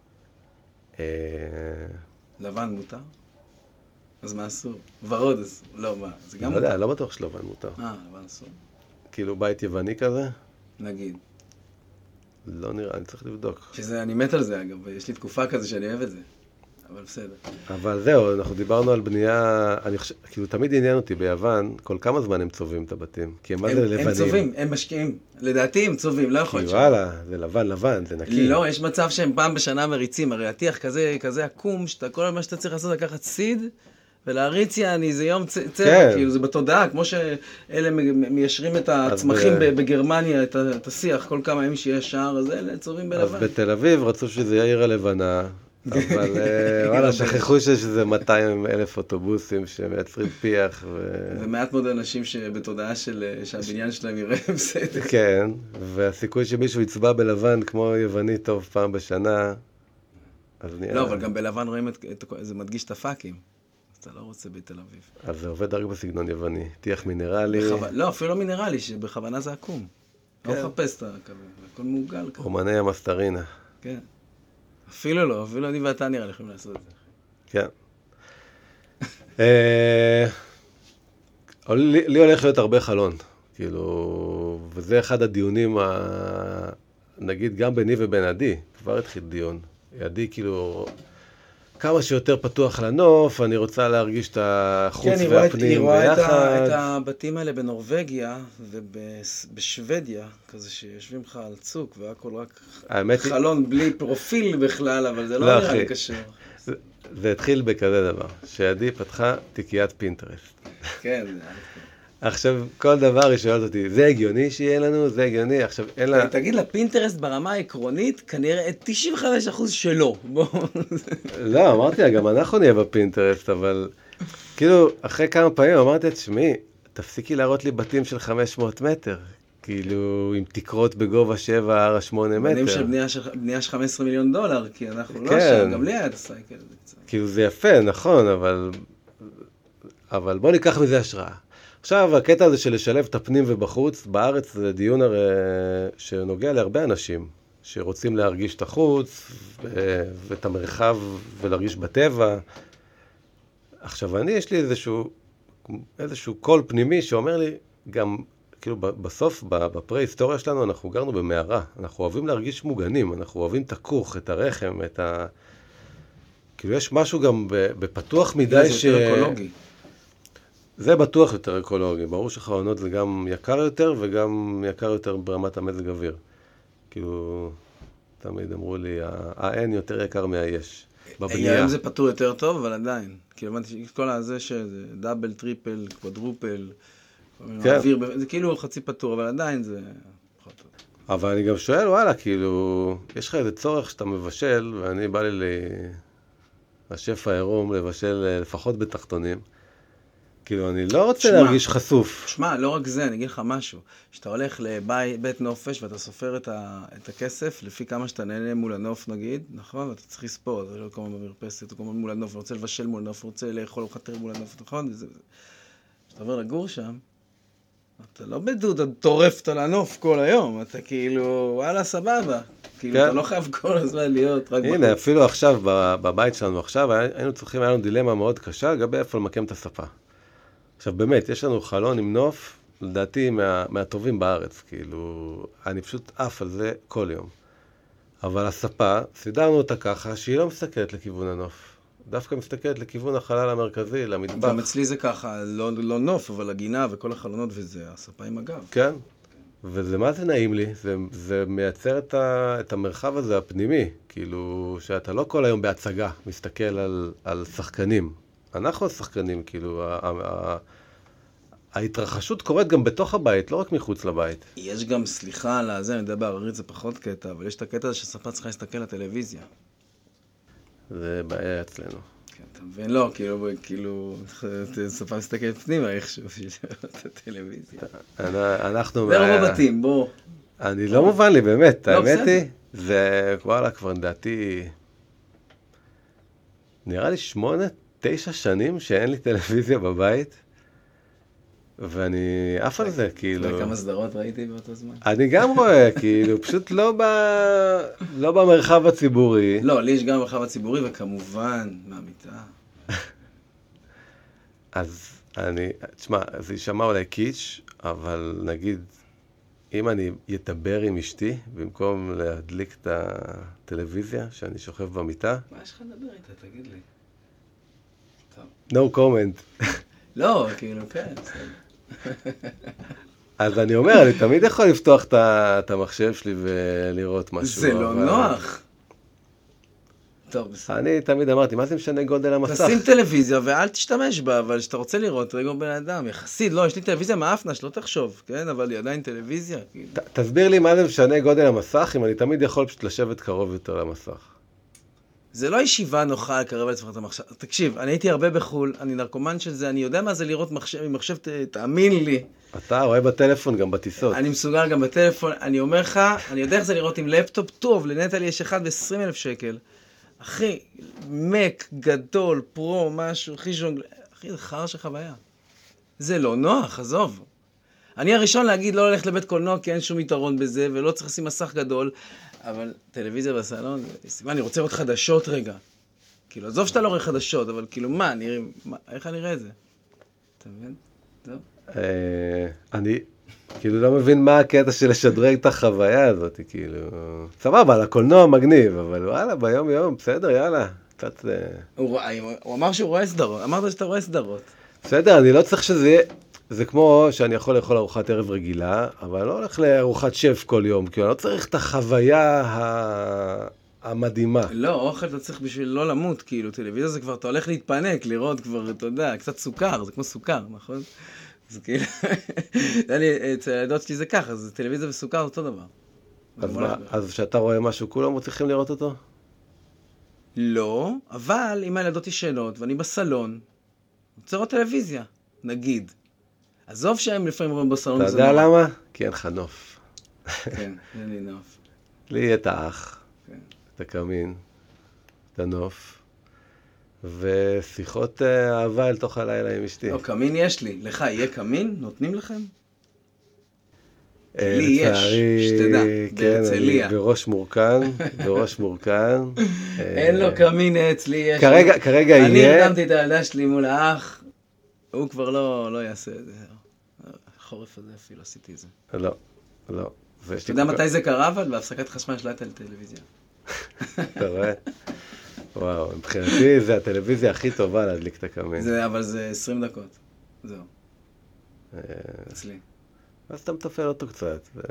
לבן מותר? אז מה אסור? ורוד, אז לא, מה? זה גם מותר? לא יודע, לא בטוח שלבן מותר. אה, לבן אסור. כאילו בית יווני כזה? נגיד. לא נראה, אני צריך לבדוק. שזה, אני מת על זה אגב, יש לי תקופה כזה שאני אוהב את זה. אבל בסדר. אבל זהו, אנחנו דיברנו על בנייה, אני חושב, כאילו תמיד עניין אותי ביוון, כל כמה זמן הם צובעים את הבתים? כי הם מה זה לבנים? הם צובעים, הם משקיעים. לדעתי הם צובעים, לא יכול להיות. כי וואלה, זה לבן לבן, זה נקי. לא, יש מצב שהם פעם בשנה מריצים, הרי הטיח כזה, כזה עקום, שאתה, כל מה שאתה צריך לעשות, לקחת סיד, ולהריץ יעני, זה יום צבע, כאילו זה בתודעה, כמו שאלה מיישרים את הצמחים בגרמניה, את השיח, כל כמה ימים שיש שער, אז אלה צובעים בלבן. אז בתל אביב רצו שזה יהיה עיר הלבנה, אבל וואלה, שכחו שזה מאתיים אלף אוטובוסים שמייצרים פיח. ומעט מאוד אנשים שבתודעה שהבניין שלהם יראה בסדר. כן, והסיכוי שמישהו יצבע בלבן כמו יווני טוב פעם בשנה, אז נראה. לא, אבל גם בלבן רואים את זה, מדגיש את הפאקים. אתה לא רוצה בתל אביב. אז זה עובד רק בסגנון יווני. טיח מינרלי. לא, אפילו לא מינרלי, שבכוונה זה עקום. לא מחפש את הכזה, הכל מעוגל. אומני המסטרינה. כן. אפילו לא, אפילו אני ואתה נראה לי יכולים לעשות את זה. כן. לי הולך להיות הרבה חלון, כאילו, וזה אחד הדיונים, נגיד גם ביני ובין עדי, כבר התחיל דיון. עדי כאילו, כמה שיותר פתוח לנוף, אני רוצה להרגיש את החוץ והפנים ביחד. היא רואה את הבתים האלה בנורווגיה ובשוודיה, כזה שיושבים לך על צוק, והכל רק חלון בלי פרופיל בכלל, אבל זה לא נראה לי קשור. זה התחיל בכזה דבר, שעדי פתחה תיקיית פינטרסט. כן. עכשיו, כל דבר היא שואלת אותי, זה הגיוני שיהיה לנו? זה הגיוני? עכשיו, אין לה... תגיד לה, פינטרסט ברמה העקרונית, כנראה תשעים וחמישה אחוז שלו. לא, אמרתי לה, גם אנחנו נהיה בפינטרסט, אבל כאילו, אחרי כמה פעמים אמרתי, תשמעי, תפסיקי להראות לי בתים של חמש מאות מטר. כאילו, עם תקרות בגובה שבע, שמונה מטר. בנים של בנייה של חמישה עשר מיליון דולר, כי אנחנו לא שם, גם לי היה את הסייקל הזה קצת. כאילו, זה יפה, נכון, אבל... אבל בוא ניקח מזה השראה. עכשיו, הקטע הזה של לשלב את הפנים ובחוץ, בארץ זה דיון הרי שנוגע להרבה אנשים, שרוצים להרגיש את החוץ ואת המרחב ולהרגיש בטבע. עכשיו, אני, יש לי איזשהו, איזשהו קול פנימי שאומר לי, גם, כאילו, בסוף, בפרה-היסטוריה שלנו, אנחנו גרנו במערה. אנחנו אוהבים להרגיש מוגנים, אנחנו אוהבים את הכוך, את הרחם, את ה... כאילו, יש משהו גם בפתוח מדי ש... זה יותר אקולוגי. זה בטוח יותר אקולוגי. ברור שחלונות זה גם יקר יותר, וגם יקר יותר ברמת המזג אוויר. כאילו, תמיד אמרו לי, ה-N יותר יקר מה-יש. בבנייה. היום זה פתור יותר טוב, אבל עדיין. כאילו, הבנתי, כל הזה שזה דאבל, טריפל, קוודרופל, כן. זה כאילו חצי פתור, אבל עדיין זה פחות טוב. אבל אני גם שואל, וואלה, כאילו, יש לך איזה צורך שאתה מבשל, ואני בא לי לשף העירום לבשל לפחות בתחתונים. כאילו, אני לא רוצה שמה, להרגיש חשוף. שמע, לא רק זה, אני אגיד לך משהו. שאתה הולך לבית נופש ואתה סופר את, ה, את הכסף, לפי כמה שאתה נהנה מול הנוף, נגיד, נכון? ואתה צריך לספור, זה לא כל הזמן במרפסת, כל הזמן מול הנוף, רוצה לבשל מול הנוף, רוצה לאכול חתר מול הנוף, נכון? כשאתה עובר לגור שם, אתה לא בדוד, אתה טורפת על הנוף כל היום, אתה כאילו, וואלה, סבבה. כאילו, כן. אתה לא חייב כל הזמן להיות רק... הנה, בחוץ. אפילו עכשיו, בבית שלנו עכשיו, היינו צריכים, היה לנו דילמה מאוד קשה, לגבי איפה למקם את הספה. עכשיו באמת, יש לנו חלון עם נוף, לדעתי מה, מהטובים בארץ, כאילו, אני פשוט עף על זה כל יום. אבל הספה, סידרנו אותה ככה, שהיא לא מסתכלת לכיוון הנוף. דווקא מסתכלת לכיוון החלל המרכזי, למטבח. גם אצלי זה ככה, לא, לא נוף, אבל הגינה וכל החלונות וזה, הספה עם הגב. כן, וזה מה זה נעים לי, זה, זה מייצר את, ה, את המרחב הזה הפנימי, כאילו, שאתה לא כל היום בהצגה מסתכל על, על שחקנים. אנחנו השחקנים, כאילו, ה- ה- ההתרחשות קורית גם בתוך הבית, לא רק מחוץ לבית. יש גם, סליחה על הזה, אני יודע בערבית זה פחות קטע, אבל יש את הקטע הזה שספה צריכה להסתכל לטלוויזיה. זה בעיה אצלנו. כן, אתה מבין? לא, כאילו, כאילו, ספה מסתכלת פנימה איכשהו, בשביל לראות את הטלוויזיה. אנ- אנחנו... זה מה- רוב הבתים, בוא. אני לא מובן לי, באמת, לא, האמת בסדר. היא, זה וואלה, כבר לדעתי, נראה לי שמונה, תשע שנים שאין לי טלוויזיה בבית, ואני עף על זה, אתה כאילו. יודע כמה סדרות ראיתי באותו זמן? אני גם רואה, כאילו, פשוט לא ב... לא במרחב הציבורי. לא, לי יש גם במרחב הציבורי, וכמובן, מהמיטה. אז אני, תשמע, זה יישמע אולי קיץ', אבל נגיד, אם אני אדבר עם אשתי, במקום להדליק את הטלוויזיה, שאני שוכב במיטה, מה יש לך לדבר איתה, תגיד לי? טוב. no comment. לא, כאילו, כן, בסדר. אז אני אומר, אני תמיד יכול לפתוח את ה- את המחשב שלי ולראות משהו. זה לא אבל- נוח. טוב, בסדר. אני תמיד אמרתי, מה זה משנה גודל המסך? תשים טלוויזיה ואל תשתמש בה, אבל כשאתה רוצה לראות, רגע בן אדם, יחסית, לא, יש לי טלוויזיה מאפנה, שלא תחשוב, כן? אבל היא עדיין טלוויזיה, כאילו. ת- תסביר לי מה זה משנה גודל המסך, אם אני תמיד יכול פשוט לשבת קרוב יותר למסך. זה לא ישיבה נוחה לקרב על עצמך את המחשב. תקשיב, אני הייתי הרבה בחול, אני נרקומן של זה, אני יודע מה זה לראות מחשב, עם מחשב, ת- תאמין לי. אתה רואה בטלפון גם בטיסות. אני מסוגל גם בטלפון, אני אומר לך, אני יודע איך זה לראות עם לפטופ טוב, לנטלי יש אחד ב-עשרים אלף שקל. אחי, מק גדול, פרו, משהו, אחי ז'ונגל, אחי, זה חרא של חוויה. זה לא נוח, עזוב. אני הראשון להגיד לא ללכת לבית קולנוע, כי אין שום יתרון בזה, ולא צריך לשים מסך גדול, אבל טלוויזיה בסלון, סימן, אני רוצה לראות חדשות רגע. כאילו, עזוב שאתה לא רואה חדשות, אבל כאילו, מה, אני, מה איך אני אראה את זה? אתה מבין? זהו. אה, אני כאילו לא מבין מה הקטע של לשדרג את החוויה הזאת, כאילו... סבבה, לקולנוע מגניב, אבל וואלה, ביום יום, בסדר, יאללה. קצת... אה, הוא, ראה- הוא אמר שהוא רואה סדרות, אמרת שאתה רואה סדרות. בסדר, אני לא צריך שזה יהיה... זה כמו שאני יכול לאכול ארוחת ערב רגילה, אבל אני לא הולך לארוחת שף כל יום, כי אני לא צריך את החוויה ה... המדהימה. לא, אוכל אתה צריך בשביל לא למות, כאילו, טלוויזיה זה כבר, אתה הולך להתפנק, לראות כבר, אתה יודע, קצת סוכר, זה כמו סוכר, נכון? זה כאילו, אני, אצל הילדות שלי זה ככה, אז טלוויזיה וסוכר זה אותו דבר. אז מה, אז כשאתה רואה משהו, כולם צריכים לראות אותו? לא, אבל אם הילדות ישנות ואני בסלון, רוצה לראות טלוויזיה, נגיד. עזוב שהם לפעמים רואים בסלון. אתה וזה יודע נורא. למה? כי אין לך נוף. כן, אין לי נוף. לי יהיה את האח, כן. את הקמין, את הנוף, ושיחות אה, אהבה אל תוך הלילה עם אשתי. לא, קמין יש לי. לך יהיה קמין? נותנים לכם? אה, לי יש, לצערי, שתדע, כן, בהרצליה. אני בראש מורכן, בראש מורכן. אה, אין לו קמין אצלי, יש. כרגע, כרגע אני יהיה... הרדמתי את הילדה שלי מול האח, הוא כבר לא, לא יעשה את זה. חורף הזה אפילו עשיתי את זה. לא, לא. זה יש אתה לי יודע כל כך- מתי זה קרה, אבל בהפסקת חשמל שלט על טלוויזיה. אתה רואה? וואו, מבחינתי זה הטלוויזיה הכי טובה להדליק את הקמין. זה, אבל זה עשרים דקות. זהו, אה, אצלי. אז אתה מתפעל אותו קצת. ו-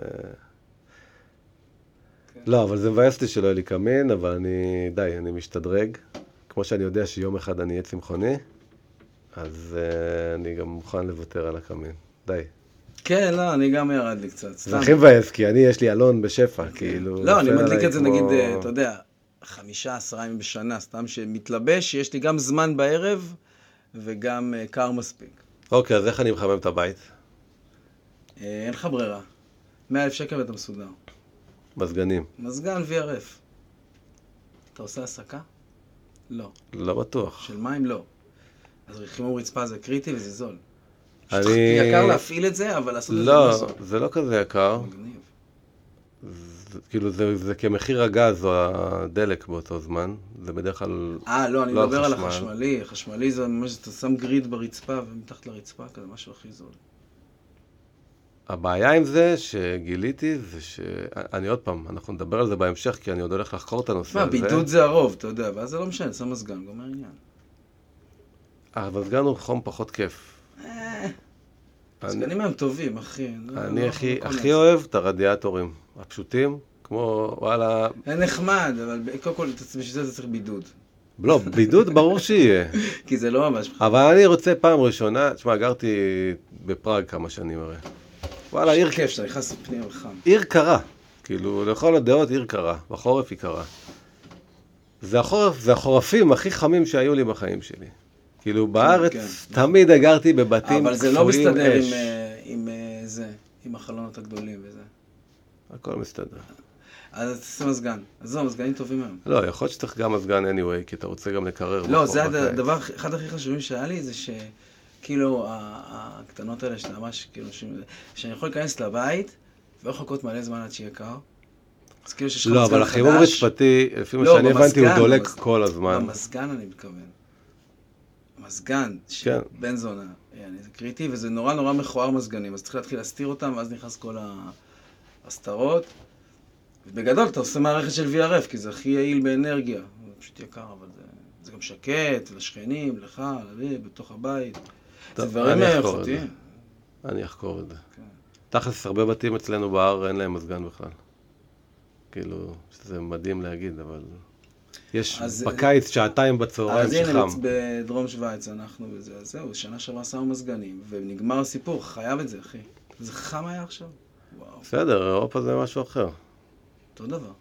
כן. לא, אבל זה מבאס אותי שלא יהיה לי קמין, אבל אני, די, אני משתדרג. כמו שאני יודע שיום אחד אני אהיה צמחוני, אז uh, אני גם מוכן לוותר על הקמין. די. כן, לא, אני גם ירד לי קצת. זה סתם. הכי מבאס, כי אני, יש לי אלון בשפע, כאילו... לא, אני נופל מדליק עליי את זה כמו- נגיד, אה, אתה יודע, חמישה, עשרה ימים בשנה, סתם שמתלבש, שיש לי גם זמן בערב וגם אה, קר מספיק. אוקיי, אז איך אני מחמם את הבית? אה, אין לך ברירה. מאה אלף שקל ואתה מסודר. מזגנים. מזגן וי אר אף. אתה עושה הסקה? לא. לא בטוח. של מים? לא. אז חימום רצפה זה קריטי וזה זול. אני... יקר להפעיל את זה, אבל לעשות את זה לא, לא זול. זה לא כזה יקר. מגניב. זה- כאילו, זה, זה כמחיר הגז או הדלק באותו זמן. זה בדרך כלל... אה, לא, אני לא על מדבר על חשמל. החשמלי. החשמלי זה ממש, אתה שם גריד ברצפה ומתחת לרצפה, כזה משהו הכי זול. הבעיה עם זה שגיליתי זה ש... אני עוד פעם, אנחנו נדבר על זה בהמשך, כי אני עוד הולך לחקור את הנושא מה, הזה. בידוד זה הרוב, אתה יודע, ואז זה לא משנה, שם מזגן, גומר עניין. המזגן הוא חום פחות כיף. אה, אני, מזגנים הם טובים, אחי. לא- אני לא הכי, יכול הכי להציע. אוהב את הרדיאטורים הפשוטים, כמו, וואלה, זה נחמד, אבל ב- קודם כל, אתה- בשביל זה אתה צריך בידוד. לא, בידוד ברור שיהיה. כי זה לא ממש... אבל אני רוצה פעם ראשונה, תשמע, גרתי בפראג כמה שנים הרי. וואלה, עיר כיף, שאתה נכנס לפנים וחם. עיר קרה. כאילו, לכל הדעות עיר קרה. בחורף היא קרה. זה החורף, זה החורפים הכי חמים שהיו לי בחיים שלי. כאילו, בארץ תמיד גרתי בבתים אבל זה לא מסתדר עם, עם זה, עם החלונות הגדולים וזה. הכל מסתדר. אז תעשה מזגן. אז זו, מזגנים טובים היום. לא, יכול להיות שצריך גם מזגן anyway, כי אתה רוצה גם לקרר. לא, זה הדבר, אחד הכי חשובים שהיה לי, זה שכאילו, הקטנות האלה שאתה ממש, כאילו, שאני יכול להיכנס לבית, ולא לחכות מלא זמן עד שיהיה קר. אז כאילו שיש לך מזגן חדש. לא, אבל החימום רצפתי, לפי מה שאני הבנתי, הוא דולק כל הזמן. במזגן אני מתכוון. מזגן, שבן זונה, זה קריטי, וזה נורא נורא מכוער מזגנים, אז צריך להתחיל להסתיר אותם, ואז נכנס כל ההסתרות. ובגדול, אתה עושה מערכת של וי אר אף, כי זה הכי יעיל באנרגיה. זה פשוט יקר, אבל זה, זה גם שקט, לשכנים, לך, לבי, בתוך הבית. זה דברים איכותיים. אני אחקור את זה. תכלס, הרבה בתים אצלנו בהר אין להם מזגן בכלל. כאילו, זה מדהים להגיד, אבל... יש בקיץ שעתיים בצהריים שחם. אז הנה, בדרום שוויץ אנחנו וזה, אז זהו, שנה שעברה שמו מזגנים, ונגמר הסיפור, חייב את זה, אחי. זה חם היה עכשיו. וואו. בסדר, אירופה זה משהו אחר. אותו דבר.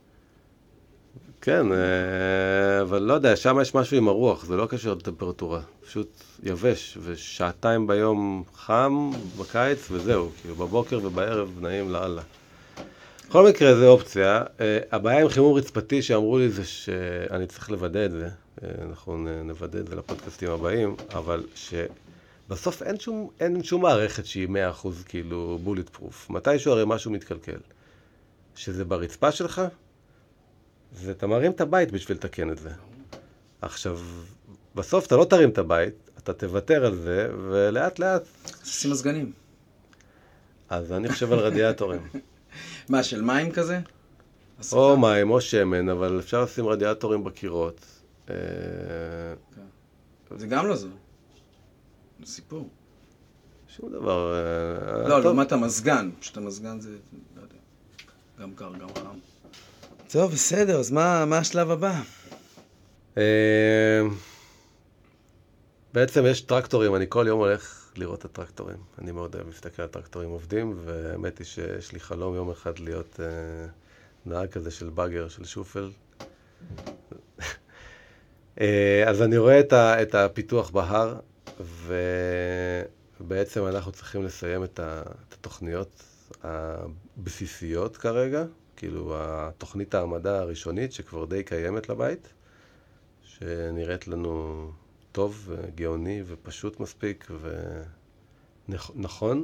כן, אבל לא יודע, שם יש משהו עם הרוח, זה לא קשור לטמפרטורה. פשוט יבש, ושעתיים ביום חם בקיץ, וזהו, כאילו בבוקר ובערב נעים לאללה. בכל מקרה, זו אופציה. הבעיה עם חימום רצפתי שאמרו לי זה שאני צריך לוודא את זה. אנחנו נוודא את זה לפודקאסטים הבאים, אבל שבסוף אין שום, אין שום מערכת שהיא מאה אחוז כאילו בולט פרוף. מתישהו הרי משהו מתקלקל. שזה ברצפה שלך, ואתה מרים את הבית בשביל לתקן את זה. עכשיו, בסוף אתה לא תרים את הבית, אתה תוותר על זה, ולאט לאט... שים מזגנים. אז אני חושב על רדיאטורים. מה, של מים כזה? או מים, או שמן, אבל אפשר לשים רדיאטורים בקירות. זה גם לא זו. זה סיפור. שום דבר... לא, לעומת המזגן. פשוט המזגן זה, לא יודע, גם קר, גם חם. טוב, בסדר, אז מה, מה השלב הבא? בעצם יש טרקטורים, אני כל יום הולך לראות את הטרקטורים. אני מאוד אוהב להסתכל על טרקטורים עובדים, והאמת היא שיש לי חלום יום אחד להיות נהג כזה של בגר, של שופל. אז אני רואה את הפיתוח בהר, ובעצם אנחנו צריכים לסיים את התוכניות הבסיסיות כרגע, כאילו התוכנית העמדה הראשונית שכבר די קיימת לבית, שנראית לנו טוב, גאוני ופשוט מספיק ונכון.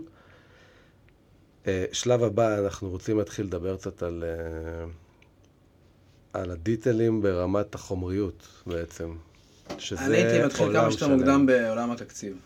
שלב הבא אנחנו רוצים להתחיל לדבר קצת על, על הדיטלים ברמת החומריות בעצם. אני הייתי מתחיל כמה שאתה מוקדם בעולם התקציב.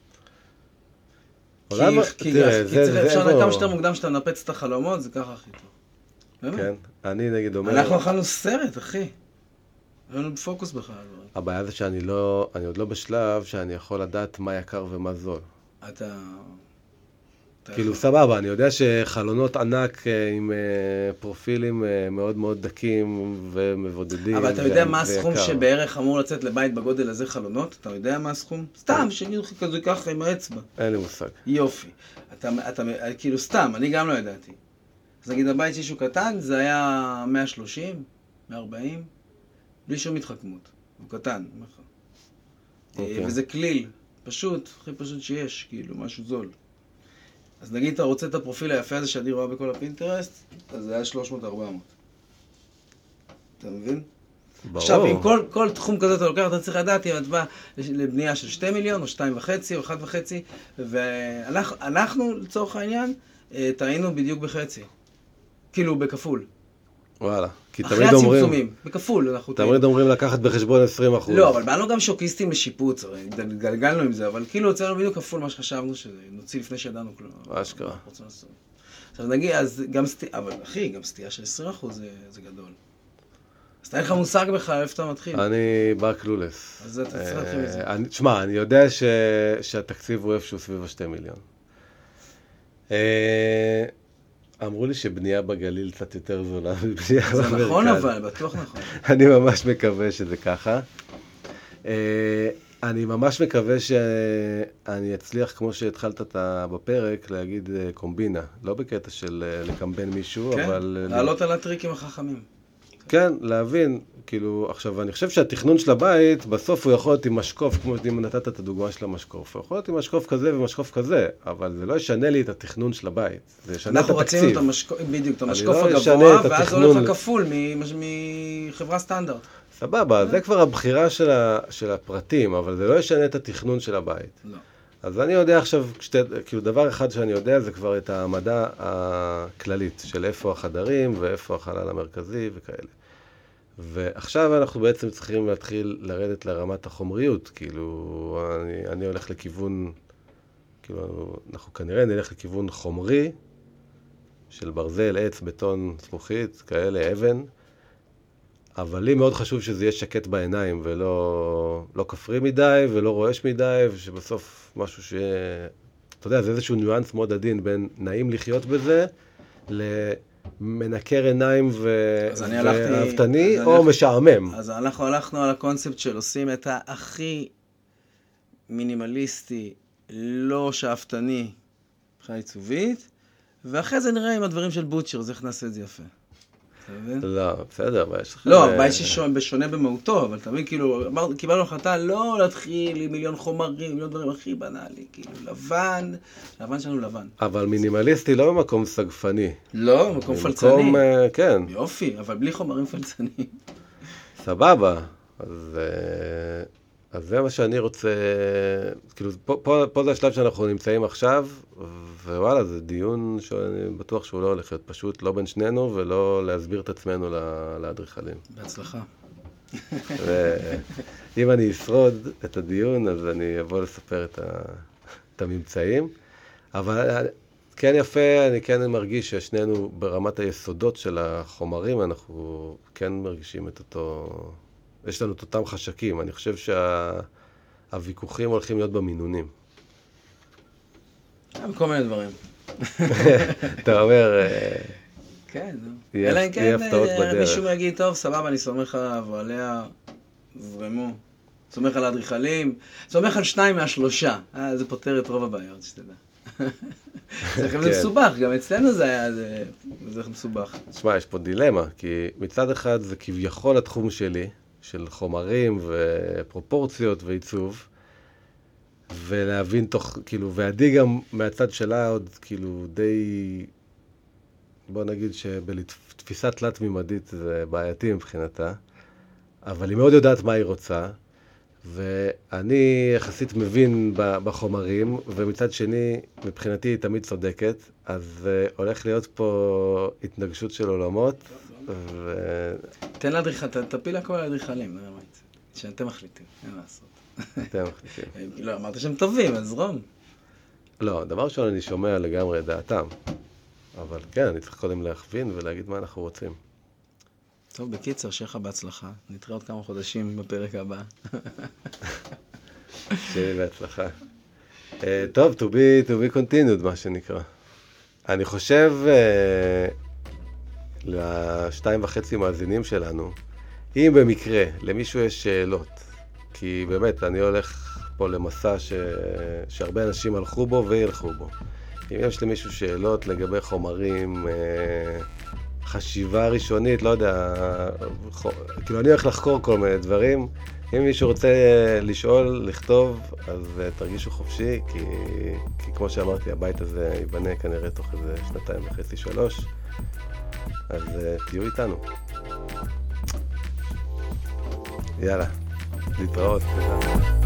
עולם... כי, תראה, כי זה, צריך, זה אפשר כמה שאתה מוקדם שאתה מנפץ את החלומות, זה ככה הכי טוב. באמת? כן, אני נגיד אומר... אנחנו אכלנו סרט, אחי. אין לנו פוקוס בכלל. הבעיה זה שאני לא, אני עוד לא בשלב שאני יכול לדעת מה יקר ומה זול. אתה... כאילו סבבה, אני יודע שחלונות ענק עם פרופילים מאוד מאוד דקים ומבודדים. אבל אתה יודע מה הסכום שבערך אמור לצאת לבית בגודל הזה חלונות? אתה יודע מה הסכום? סתם, שיגידו לך כזה ככה עם האצבע. אין לי מושג. יופי. אתה, אתה, כאילו סתם, אני גם לא ידעתי. אז נגיד הבית שישהו קטן, זה היה מאה שלושים, מאה ארבעים, בלי שום התחכמות. הוא קטן, נכון. וזה כליל, פשוט, הכי פשוט שיש, כאילו, משהו זול. אז נגיד אתה רוצה את הפרופיל היפה הזה שאני רואה בכל הפינטרסט, אז זה היה שלוש מאות ארבע מאות. אתה מבין? ברור. עכשיו, עם כל, כל תחום כזה אתה לוקח, אתה צריך לדעת אם את באה לבנייה של שתי מיליון, או שתיים וחצי, או אחד וחצי, ואנחנו, לצורך העניין, טעינו בדיוק בחצי. כאילו, בכפול. וואלה. כי אחרי הצמצומים, בכפול אנחנו טעינו. תמיד אומרים לקחת בחשבון עשרים אחוז. לא, אבל באנו גם שוקיסטים לשיפוץ, הרי גלגלנו עם זה, אבל כאילו יוצאנו בדיוק כפול מה שחשבנו שנוציא לפני שידענו כלום. אשכרה. עכשיו נגיד, אז גם סטייה, אבל אחי, גם סטייה של עשרים אחוז זה, זה גדול. אז אתה אין לך מושג בכלל, איפה אתה מתחיל? אני בא קלולס. אז אתה צריך להתחיל מזה. תשמע, אני יודע ש... שהתקציב הוא איפשהו סביב השתי מיליון. אמרו לי שבנייה בגליל קצת יותר זולה מבנייה במרכז. זה נכון אבל, בטוח נכון. אני ממש מקווה שזה ככה. אני ממש מקווה שאני אצליח, כמו שהתחלת בפרק, להגיד קומבינה. לא בקטע של לקמבן מישהו, כן, אבל... לעלות על הטריקים החכמים. כן, להבין. כאילו, עכשיו, אני חושב שהתכנון של הבית, בסוף הוא יכול להיות עם משקוף, כמו אם נתת את הדוגמה של המשקוף. הוא יכול להיות עם משקוף כזה ומשקוף כזה, אבל זה לא ישנה לי את התכנון של הבית. זה ישנה את התקציב. אנחנו רצינו את המשקוף, בדיוק, את המשקוף לא הגבוה, ואז הולך לכפול מחברה סטנדרט. סבבה, זה כבר הבחירה של, ה, של הפרטים, אבל זה לא ישנה את התכנון של הבית. לא. אז אני יודע עכשיו, שתי, כאילו דבר אחד שאני יודע זה כבר את המדע הכללית, של איפה החדרים ואיפה החלל המרכזי וכאלה. ועכשיו אנחנו בעצם צריכים להתחיל לרדת לרמת החומריות, כאילו אני, אני הולך לכיוון, כאילו אנחנו כנראה נלך לכיוון חומרי, של ברזל, עץ, בטון, זכוכית, כאלה, אבן, אבל לי מאוד חשוב שזה יהיה שקט בעיניים, ולא לא כפרי מדי, ולא רועש מדי, ושבסוף משהו שיהיה... אתה יודע, זה איזשהו ניואנס מאוד עדין בין נעים לחיות בזה, למנקר עיניים ואהבתני, או הלכתי, משעמם. אז אנחנו הלכנו על הקונספט של עושים את הכי מינימליסטי, לא שאפתני, מבחינה עיצובית, ואחרי זה נראה עם הדברים של בוטשר, אז איך נעשה את זה יפה. לא, בסדר, אבל יש לך... לא, הבית ששונה במהותו, אבל תמיד כאילו, קיבלנו החלטה לא להתחיל עם מיליון חומרים, מיליון דברים הכי בנאלי, כאילו לבן, לבן שלנו לבן. אבל מינימליסטי לא במקום סגפני. לא, במקום פלצני. במקום, כן. יופי, אבל בלי חומרים פלצניים. סבבה, אז... אז זה מה שאני רוצה, כאילו, פה, פה, פה זה השלב שאנחנו נמצאים עכשיו, ווואלה, זה דיון שאני בטוח שהוא לא הולך להיות פשוט, לא בין שנינו, ולא להסביר את עצמנו לאדריכלים. בהצלחה. ואם אני אשרוד את הדיון, אז אני אבוא לספר את, ה, את הממצאים. אבל כן יפה, אני כן מרגיש ששנינו ברמת היסודות של החומרים, אנחנו כן מרגישים את אותו... יש לנו את אותם חשקים. אני חושב שהוויכוחים הולכים להיות במינונים. כל מיני דברים. אתה אומר... כן, אלא אם כן מישהו יגיד, טוב, סבבה, אני סומך עליו, עליה, זרמו. סומך על האדריכלים, סומך על שניים מהשלושה. זה פותר את רוב הבעיות, שתדע. זה מסובך, גם אצלנו זה היה, זה מסובך. תשמע, יש פה דילמה, כי מצד אחד זה כביכול התחום שלי, של חומרים ופרופורציות ועיצוב, ולהבין תוך, כאילו, ועדי גם מהצד שלה עוד, כאילו, די, בוא נגיד שבתפיסה תלת-ממדית זה בעייתי מבחינתה, אבל היא מאוד יודעת מה היא רוצה, ואני יחסית מבין בחומרים, ומצד שני, מבחינתי היא תמיד צודקת, אז הולך להיות פה התנגשות של עולמות, ו... תן לאדריכל, תפיל הכל לאדריכלים, נראה מה יצא. שאתם מחליטים, אין לעשות. אתם מחליטים. לא, אמרת שהם טובים, אז רום. לא, דבר ראשון אני שומע לגמרי את דעתם, אבל כן, אני צריך קודם להכווין ולהגיד מה אנחנו רוצים. טוב, בקיצר, שיהיה לך בהצלחה. נתראה עוד כמה חודשים בפרק הבא. שיהיה בהצלחה. Uh, טוב, to be, to be continued, מה שנקרא. אני חושב... Uh, לשתיים וחצי מאזינים שלנו, אם במקרה למישהו יש שאלות, כי באמת אני הולך פה למסע ש... שהרבה אנשים הלכו בו וילכו בו. אם יש למישהו שאלות לגבי חומרים, חשיבה ראשונית, לא יודע, כאילו אני הולך לחקור כל מיני דברים, אם מישהו רוצה לשאול, לכתוב, אז תרגישו חופשי, כי, כי כמו שאמרתי, הבית הזה ייבנה כנראה תוך איזה שנתיים וחצי, שלוש, אז uh, תהיו איתנו. יאללה, להתראות.